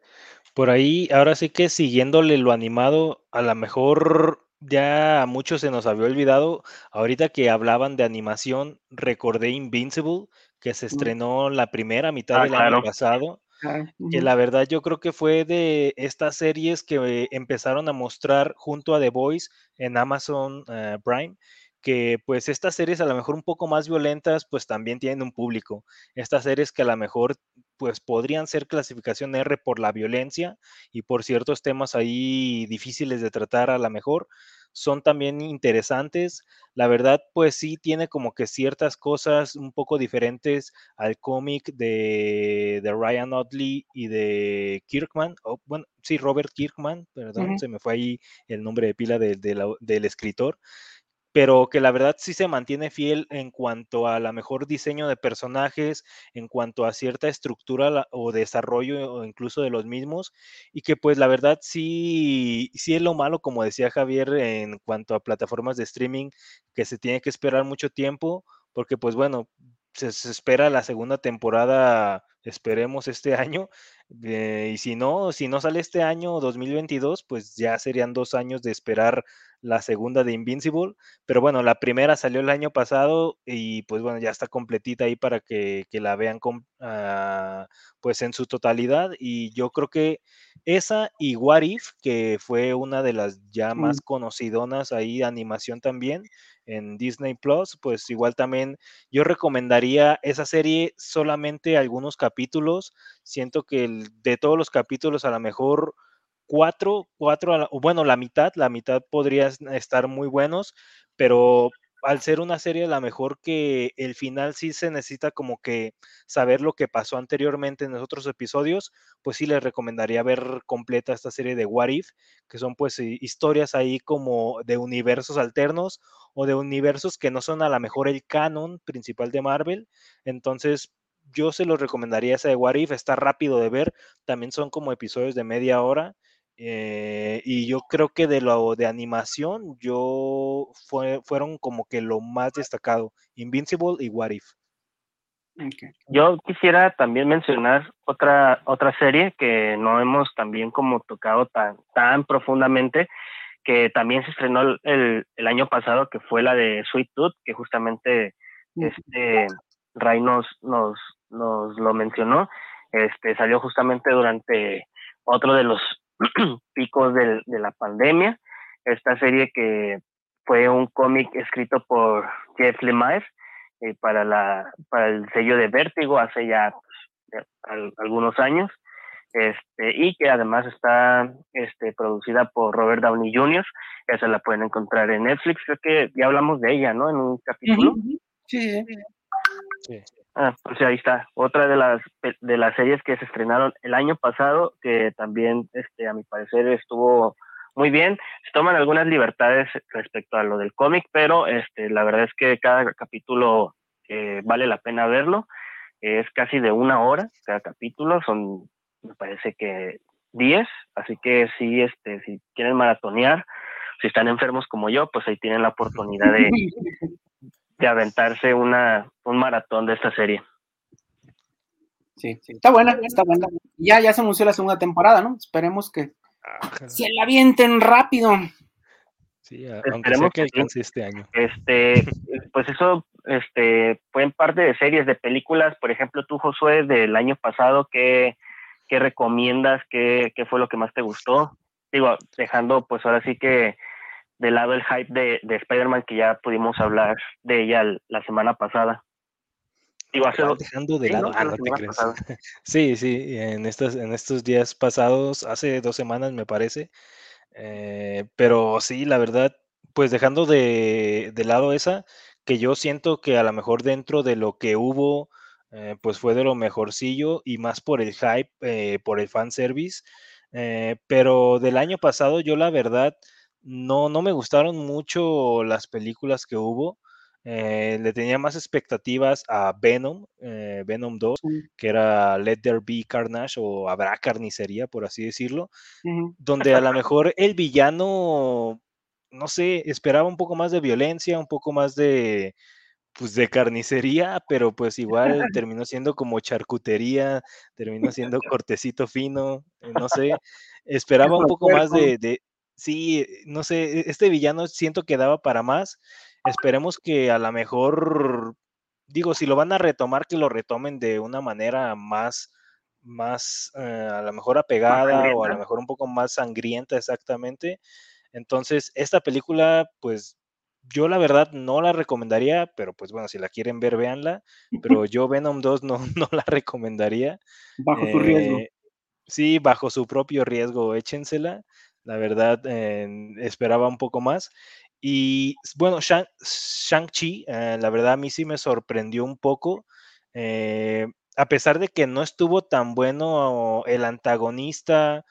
Por ahí, ahora sí que siguiéndole lo animado, a lo mejor ya a muchos se nos había olvidado. Ahorita que hablaban de animación, recordé Invincible, que se estrenó la primera mitad ah, del claro. año pasado. Claro. Uh-huh. Que la verdad yo creo que fue de estas series que empezaron a mostrar junto a The Voice en Amazon uh, Prime, que pues estas series a lo mejor un poco más violentas pues también tienen un público. Estas series que a lo mejor pues podrían ser clasificación R por la violencia y por ciertos temas ahí difíciles de tratar a lo mejor, son también interesantes. La verdad, pues sí tiene como que ciertas cosas un poco diferentes al cómic de, de Ryan Ottley y de Kirkman, oh, bueno, sí, Robert Kirkman, perdón, uh-huh. se me fue ahí el nombre de pila de, de la, del escritor, pero que la verdad sí se mantiene fiel en cuanto a la mejor diseño de personajes, en cuanto a cierta estructura o desarrollo o incluso de los mismos, y que pues la verdad sí, sí es lo malo, como decía Javier, en cuanto a plataformas de streaming, que se tiene que esperar mucho tiempo, porque pues bueno, se, se espera la segunda temporada, esperemos este año, eh, y si no, si no sale este año dos mil veintidós, pues ya serían dos años de esperar la segunda de Invincible, pero bueno, la primera salió el año pasado y pues bueno, ya está completita ahí para que, que la vean con, uh, pues en su totalidad, y yo creo que esa y What If, que fue una de las ya más conocidonas ahí, animación también, en Disney Plus, pues igual también yo recomendaría esa serie, solamente algunos capítulos. Siento que el, de todos los capítulos a lo mejor cuatro, cuatro, bueno, la mitad, la mitad podría estar muy buenos, pero al ser una serie a lo mejor que el final sí se necesita como que saber lo que pasó anteriormente en los otros episodios, pues sí les recomendaría ver completa esta serie de What If, que son pues historias ahí como de universos alternos o de universos que no son a lo mejor el canon principal de Marvel. Entonces yo se los recomendaría esa de What If, está rápido de ver, también son como episodios de media hora. Eh, y yo creo que de lo de animación, yo fue, fueron como que lo más destacado, Invincible y What If. Okay. Yo quisiera también mencionar otra otra serie que no hemos también como tocado tan tan profundamente, que también se estrenó el, el, el año pasado, que fue la de Sweet Tooth, que justamente mm. este Ray nos, nos, nos lo mencionó. Este salió justamente durante otro de los picos de, de la pandemia. Esta serie que fue un cómic escrito por Jeff Lemire eh, para la para el sello de Vértigo hace ya pues, al, algunos años, este, y que además está este, producida por Robert Downey junior Esa la pueden encontrar en Netflix. Creo que ya hablamos de ella, ¿no? En un capítulo. Uh-huh. Sí, sí. Ah, pues ahí está. Otra de las de las series que se estrenaron el año pasado, que también, este, a mi parecer, estuvo muy bien. Se toman algunas libertades respecto a lo del cómic, pero este, la verdad es que cada capítulo eh, vale la pena verlo. Es casi de una hora cada capítulo, son, me parece que diez, así que sí, este, si quieren maratonear, si están enfermos como yo, pues ahí tienen la oportunidad de, de aventarse una, un maratón de esta serie. Sí, sí, está buena, está buena. Ya, ya se anunció la segunda temporada, ¿no? Esperemos que Ajá. se la avienten rápido. Sí, aunque sea que alcance este año. Este, pues eso, este, fue en parte de series, de películas. Por ejemplo, tú, Josué, del año pasado, ¿qué, qué recomiendas? ¿Qué, ¿Qué fue lo que más te gustó? Digo, dejando pues ahora sí que de lado el hype de, de Spider-Man, que ya pudimos hablar de ella la semana pasada. Digo, hace dos, dejando de sí, lado, ¿no? Ah, no te crees. Sí, sí, en estos, en estos días pasados, hace dos semanas me parece, eh, pero sí, la verdad, pues dejando de, de lado esa, que yo siento que a lo mejor dentro de lo que hubo, eh, pues fue de lo mejorcillo y más por el hype, eh, por el fanservice, eh, pero del año pasado yo la verdad no, no me gustaron mucho las películas que hubo. Eh, le tenía más expectativas a Venom, eh, Venom dos, uh-huh. que era Let There Be Carnage o Habrá Carnicería, por así decirlo, uh-huh. donde a lo mejor el villano, no sé, esperaba un poco más de violencia, un poco más de, pues de carnicería, pero pues igual terminó siendo como charcutería, terminó siendo cortecito fino, no sé, esperaba un poco más de, de sí, no sé, este villano siento que daba para más. Esperemos que a lo mejor, digo, si lo van a retomar, que lo retomen de una manera más, más eh, a lo mejor apegada o a lo mejor un poco más sangrienta exactamente. Entonces, esta película, pues, yo la verdad no la recomendaría, pero pues bueno, si la quieren ver, véanla. Pero yo Venom dos no, no la recomendaría. Bajo su eh, riesgo. Sí, bajo su propio riesgo, échensela. La verdad, eh, esperaba un poco más. Y bueno, Shang, Shang-Chi, eh, la verdad a mí sí me sorprendió un poco. Eh, a pesar de que no estuvo tan bueno el antagonista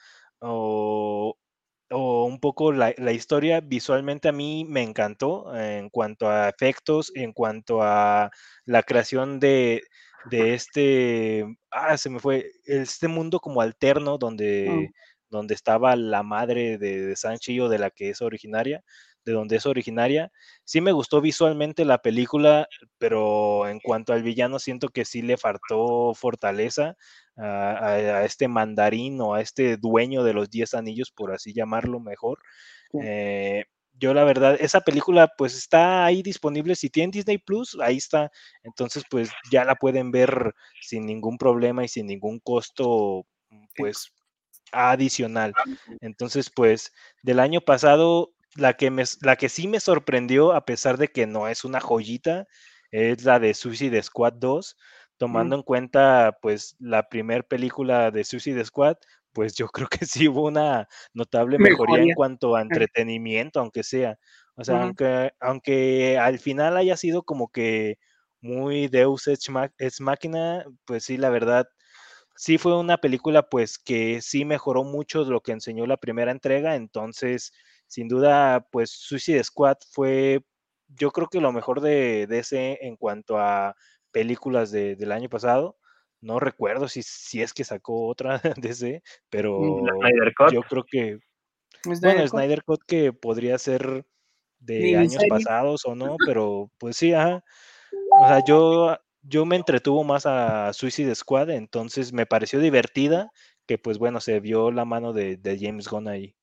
o, o un poco la, la historia, visualmente a mí me encantó eh, en cuanto a efectos, en cuanto a la creación de, de este, ah, se me fue, este mundo como alterno donde, mm. donde estaba la madre de, de Shang-Chi o de la que es originaria, de donde es originaria. Sí me gustó visualmente la película, pero en cuanto al villano siento que sí le faltó fortaleza a, a, a este mandarín o a este dueño de los diez anillos, por así llamarlo mejor. Sí. Eh, yo la verdad, esa película pues está ahí disponible, si tienen Disney Plus, ahí está, entonces pues ya la pueden ver sin ningún problema y sin ningún costo pues adicional. Entonces pues del año pasado, la que, me, la que sí me sorprendió, a pesar de que no es una joyita, es la de Suicide Squad dos, tomando mm. en cuenta pues la primer película de Suicide Squad, pues yo creo que sí hubo una notable mejoría, mejoría en cuanto a entretenimiento, aunque sea. O sea, uh-huh. aunque, aunque al final haya sido como que muy Deus Ex Machina, pues sí, la verdad, sí fue una película pues que sí mejoró mucho de lo que enseñó la primera entrega. Entonces, sin duda, pues Suicide Squad fue, yo creo que lo mejor de D C en cuanto a películas de, del año pasado. No recuerdo si, si es que sacó otra D C, pero yo creo que, Snyder bueno, Cut. Snyder Cut que podría ser de años serie? pasados o no, pero pues sí, ajá. O sea, yo, yo me entretuvo más a Suicide Squad, entonces me pareció divertida, que pues bueno, se vio la mano de, de James Gunn ahí.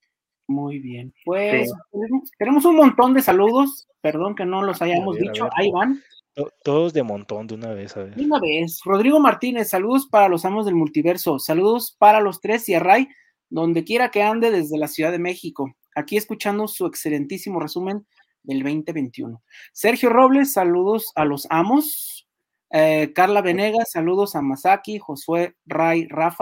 Muy bien, pues sí. Tenemos un montón de saludos, perdón que no los hayamos ver, dicho, ahí van. Todos de montón de una vez, a ver. De una vez, Rodrigo Martínez, saludos para los amos del multiverso, saludos para los tres y a Ray, donde quiera que ande desde la Ciudad de México, aquí escuchando su excelentísimo resumen del veinte veintiuno. Sergio Robles, saludos a los amos. Eh, Carla Venegas, saludos a Masaki, Josué, Ray, Rafa.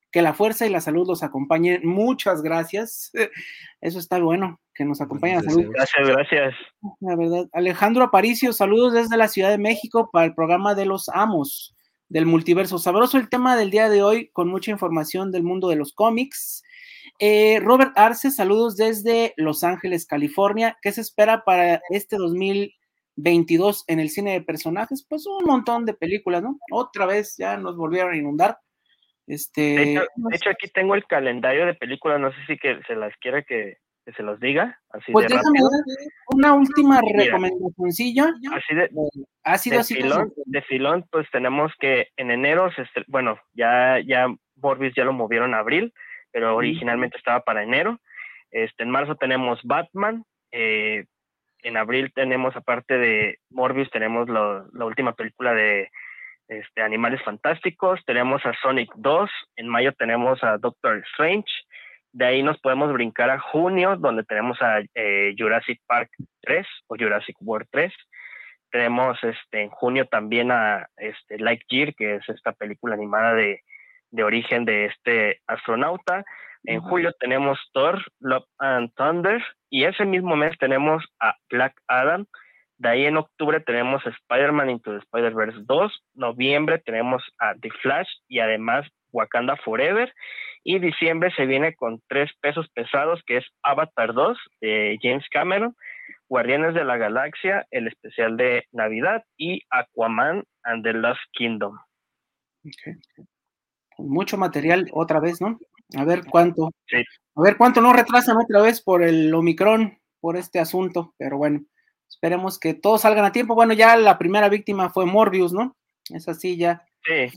que la fuerza y la salud los acompañen. Muchas gracias. Eso está bueno, que nos acompañe la salud. Gracias, gracias. La verdad. Alejandro Aparicio, saludos desde la Ciudad de México para el programa de los amos del multiverso. Sabroso el tema del día de hoy, con mucha información del mundo de los cómics. Eh, Robert Arce, saludos desde Los Ángeles, California. ¿Qué se espera para este dos mil veintidós en el cine de personajes? Pues un montón de películas, ¿no? Otra vez ya nos volvieron a inundar. Este, de, hecho, de hecho, aquí tengo el calendario de películas, no sé si que se las quiera que, que se los diga, así pues de déjame rápido. dar una última Mira, recomendacioncilla. Así de, ha sido de así filón, como... de filón, pues tenemos que en enero, se estre- bueno, ya, ya Morbius ya lo movieron a abril, pero originalmente uh-huh. estaba para enero. Este, en marzo tenemos Batman, eh, en abril tenemos, aparte de Morbius, tenemos lo, la última película de Este, Animales Fantásticos, tenemos a Sonic dos, en mayo tenemos a Doctor Strange, de ahí nos podemos brincar a junio, donde tenemos a eh, Jurassic Park tres o Jurassic World tres, tenemos este, en junio también a este, Lightyear, que es esta película animada de, de origen de este astronauta, en uh-huh. julio tenemos Thor, Love and Thunder, y ese mismo mes tenemos a Black Adam. De ahí en octubre tenemos Spider-Man Into the Spider-Verse dos, noviembre tenemos a The Flash y además Wakanda Forever, y diciembre se viene con tres pesos pesados, que es Avatar dos de James Cameron, Guardianes de la Galaxia, el especial de Navidad, y Aquaman and the Lost Kingdom. Okay. Mucho material otra vez, ¿no? A ver cuánto. Sí. A ver cuánto no retrasan otra vez por el Omicron, por este asunto, pero bueno. Esperemos que todos salgan a tiempo. Bueno, ya la primera víctima fue Morbius, ¿no? Es así ya. Sí.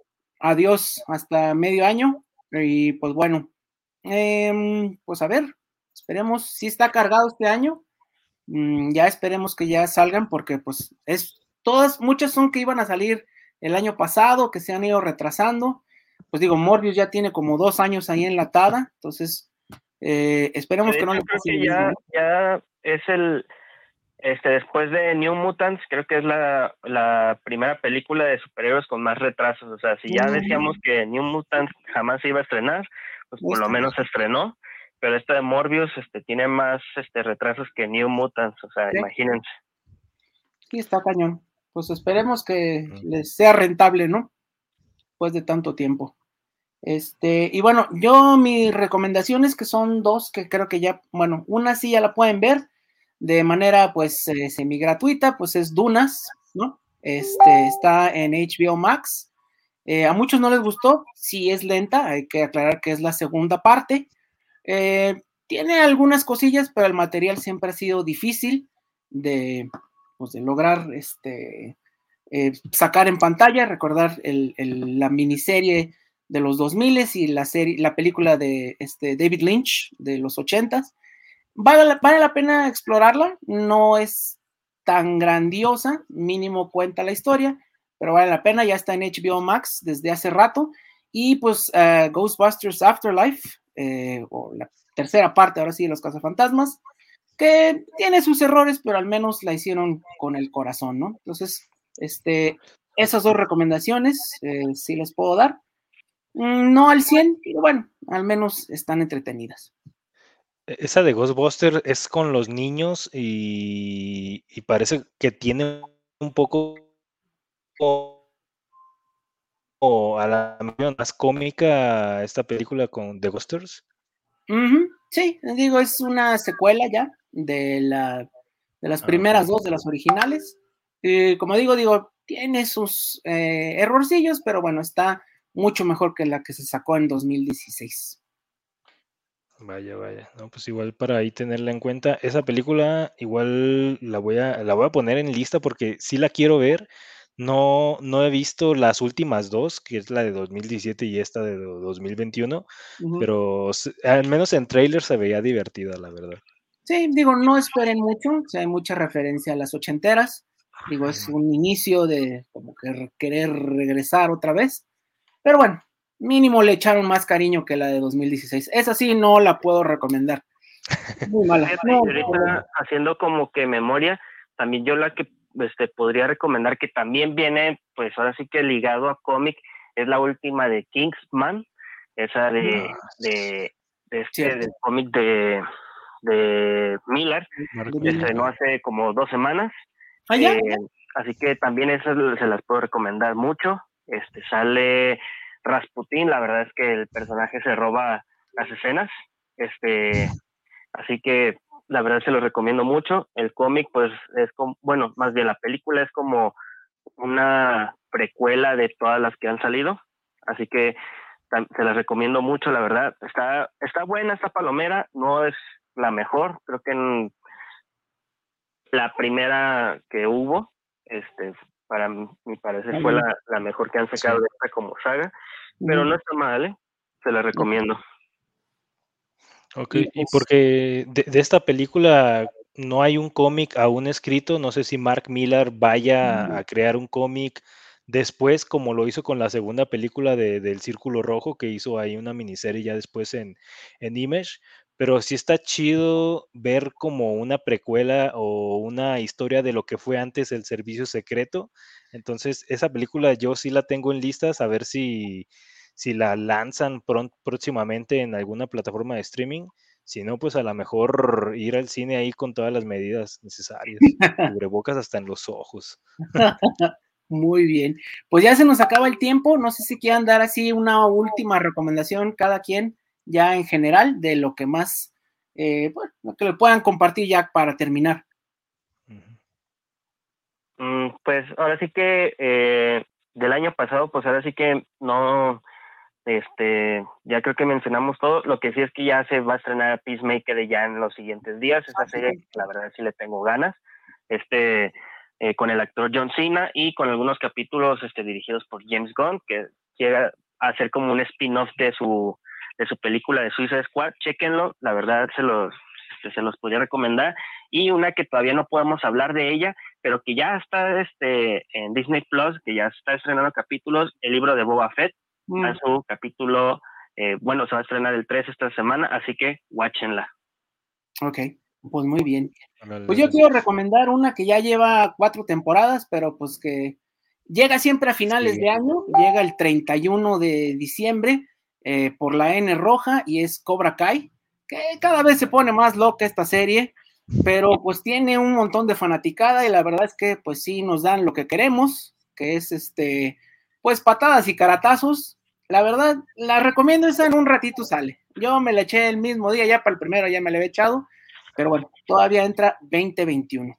Adiós hasta medio año. Y pues bueno, eh, pues a ver, esperemos, si está cargado este año, mm, ya esperemos que ya salgan, porque pues es, todas, muchas son que iban a salir el año pasado, que se han ido retrasando. Pues digo, Morbius ya tiene como dos años ahí enlatada, entonces eh, esperemos sí, que no le creo pase que el ya, mismo, ¿no? ya es el... Este, después de New Mutants, creo que es la, la primera película de superhéroes con más retrasos. O sea, si ya decíamos que New Mutants jamás se iba a estrenar, pues por lo menos se estrenó. Pero esta de Morbius este, tiene más este, retrasos que New Mutants. O sea, sí. Imagínense. Sí, está cañón. Pues esperemos que les sea rentable, ¿no? Después de tanto tiempo. Este, y bueno, yo mis recomendaciones, que son dos, que creo que ya, bueno, una sí ya la pueden ver de manera pues eh, semi gratuita, pues es Dunas, ¿no? Este, está en H B O Max. Eh, a muchos no les gustó, sí es lenta, hay que aclarar que es la segunda parte. Eh, tiene algunas cosillas, pero el material siempre ha sido difícil de, pues, de lograr este, eh, sacar en pantalla. Recordar el, el, la miniserie de los dos mil y la, serie, la película de este, David Lynch de los ochentas. Vale, vale la pena explorarla, no es tan grandiosa, mínimo cuenta la historia, pero vale la pena, ya está en H B O Max desde hace rato. Y pues uh, Ghostbusters Afterlife, eh, o la tercera parte ahora sí de los cazafantasmas, que tiene sus errores, pero al menos la hicieron con el corazón, ¿no? Entonces, este, esas dos recomendaciones eh, sí les puedo dar, mm, no al cien, pero bueno, al menos están entretenidas. Esa de Ghostbusters es con los niños y, y parece que tiene un poco o, o a la más cómica esta película con The Ghostbusters. Uh-huh. Sí, digo, es una secuela ya de, la, de las primeras okay. dos de las originales. Y como digo, digo, tiene sus eh, errorcillos, pero bueno, está mucho mejor que la que se sacó en dos mil dieciséis. Vaya, vaya. No, pues igual para ahí tenerla en cuenta. Esa película igual la voy a, la voy a poner en lista porque sí la quiero ver. No, no he visto las últimas dos, que es la de dos mil diecisiete y esta de dos mil veintiuno, uh-huh. pero al menos en trailer se veía divertida, la verdad. Sí, digo, no esperen mucho, o sea, hay mucha referencia a las ochenteras. Digo, es un inicio de como que querer regresar otra vez. Pero bueno, mínimo le echaron más cariño que la de dos mil dieciséis. Esa sí no la puedo recomendar. Muy mala. No, ahorita, haciendo como que memoria, también yo la que este, podría recomendar, que también viene, pues ahora sí que ligado a cómic, es la última de Kingsman, esa de, Ah, de, de este cierto. del cómic de, de Miller, Mark De que Miller. estrenó hace como dos semanas. ¿Ah, ya? Eh, así que también esas se las puedo recomendar mucho. Este sale Rasputín, la verdad es que el personaje se roba las escenas. Este, así que la verdad se los recomiendo mucho. El cómic, pues, es como, bueno, más bien la película es como una precuela de todas las que han salido. Así que tam- se las recomiendo mucho, la verdad. Está, está buena esta palomera, no es la mejor, creo que en la primera que hubo, este, para mi mi parecer fue la, la mejor que han sacado Sí. de esta como saga, pero Ujú. no está mal, ¿eh? Se la recomiendo. Ok, Y y pues, porque de, de esta película no hay un cómic aún escrito, no sé si Mark Millar vaya a crear un cómic después, como lo hizo con la segunda película de, del Círculo Rojo, que hizo ahí una miniserie ya después en, en Image, pero sí está chido ver como una precuela o una historia de lo que fue antes el Servicio Secreto. Entonces, esa película yo sí la tengo en listas, a ver si si la lanzan pron- próximamente en alguna plataforma de streaming. Si no, pues a lo mejor ir al cine ahí con todas las medidas necesarias. Cubrebocas hasta en los ojos. muy bien. Pues ya se nos acaba el tiempo. No sé si quieran dar así una última recomendación cada quien, ya en general, de lo que más, eh, bueno, lo que le puedan compartir ya para terminar. Ujú. Mm, pues ahora sí que eh, del año pasado, pues ahora sí que no, este, ya creo que mencionamos todo. Lo que sí es que ya se va a estrenar Peacemaker ya en los siguientes días. Esa serie, la verdad, sí le tengo ganas. Este, eh, con el actor John Cena y con algunos capítulos este, dirigidos por James Gunn, que llega a hacer como un spin-off de su, de su película de Suicide Squad. Chéquenlo, la verdad se los, este, se los podría recomendar. Y una que todavía no podemos hablar de ella, pero que ya está este, en Disney Plus, que ya está estrenando capítulos, el libro de Boba Fett, Mm, a su capítulo, eh, bueno, se va a estrenar el tres esta semana, así que watchenla. ok, pues muy bien. Órale, Pues yo órale. quiero recomendar una que ya lleva cuatro temporadas, pero pues que llega siempre a finales Sí. de año, llega el treinta y uno de diciembre eh, por la N roja y es Cobra Kai, que cada vez se pone más loca esta serie, pero pues tiene un montón de fanaticada y la verdad es que pues sí nos dan lo que queremos, que es este, pues patadas y caratazos. La verdad, la recomiendo, esa en un ratito sale. Yo me la eché el mismo día, ya para el primero ya me la había echado, pero bueno, todavía entra veinte veintiuno.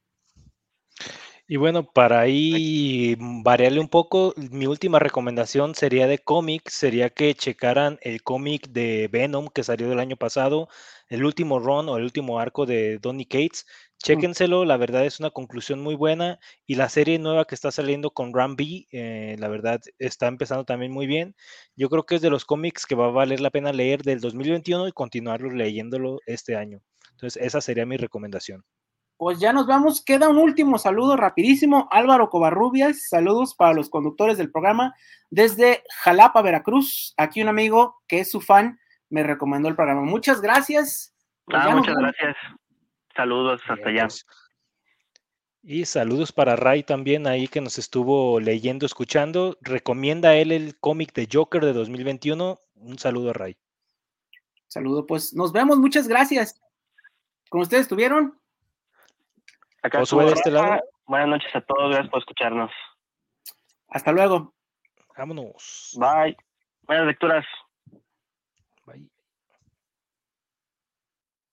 Y bueno, para ahí mm, variarle un poco, mi última recomendación sería de cómic, sería que checaran el cómic de Venom que salió del año pasado, el último run o el último arco de Donny Cates. Chéquenselo, la verdad es una conclusión muy buena. Y la serie nueva que está saliendo con Ram B, eh, la verdad está empezando también muy bien. Yo creo que es de los cómics que va a valer la pena leer del dos mil veintiuno y continuarlo leyéndolo este año. Entonces, esa sería mi recomendación. Pues ya nos vamos. Queda un último saludo rapidísimo. Álvaro Covarrubias, saludos para los conductores del programa desde Jalapa, Veracruz. Aquí un amigo que es su fan me recomendó el programa. Muchas gracias. Pues Ah, ya nos muchas vamos. gracias. Saludos hasta Bien, allá. pues. Y saludos para Ray también ahí que nos estuvo leyendo, escuchando. Recomienda él el cómic de Joker de dos mil veintiuno. Un saludo a Ray. Saludo, pues nos vemos. Muchas gracias. ¿Con ustedes estuvieron? Acá Josué estuvo de este lado. Rafa. Buenas noches a todos, gracias por escucharnos. Hasta luego. Vámonos. Bye. Buenas lecturas.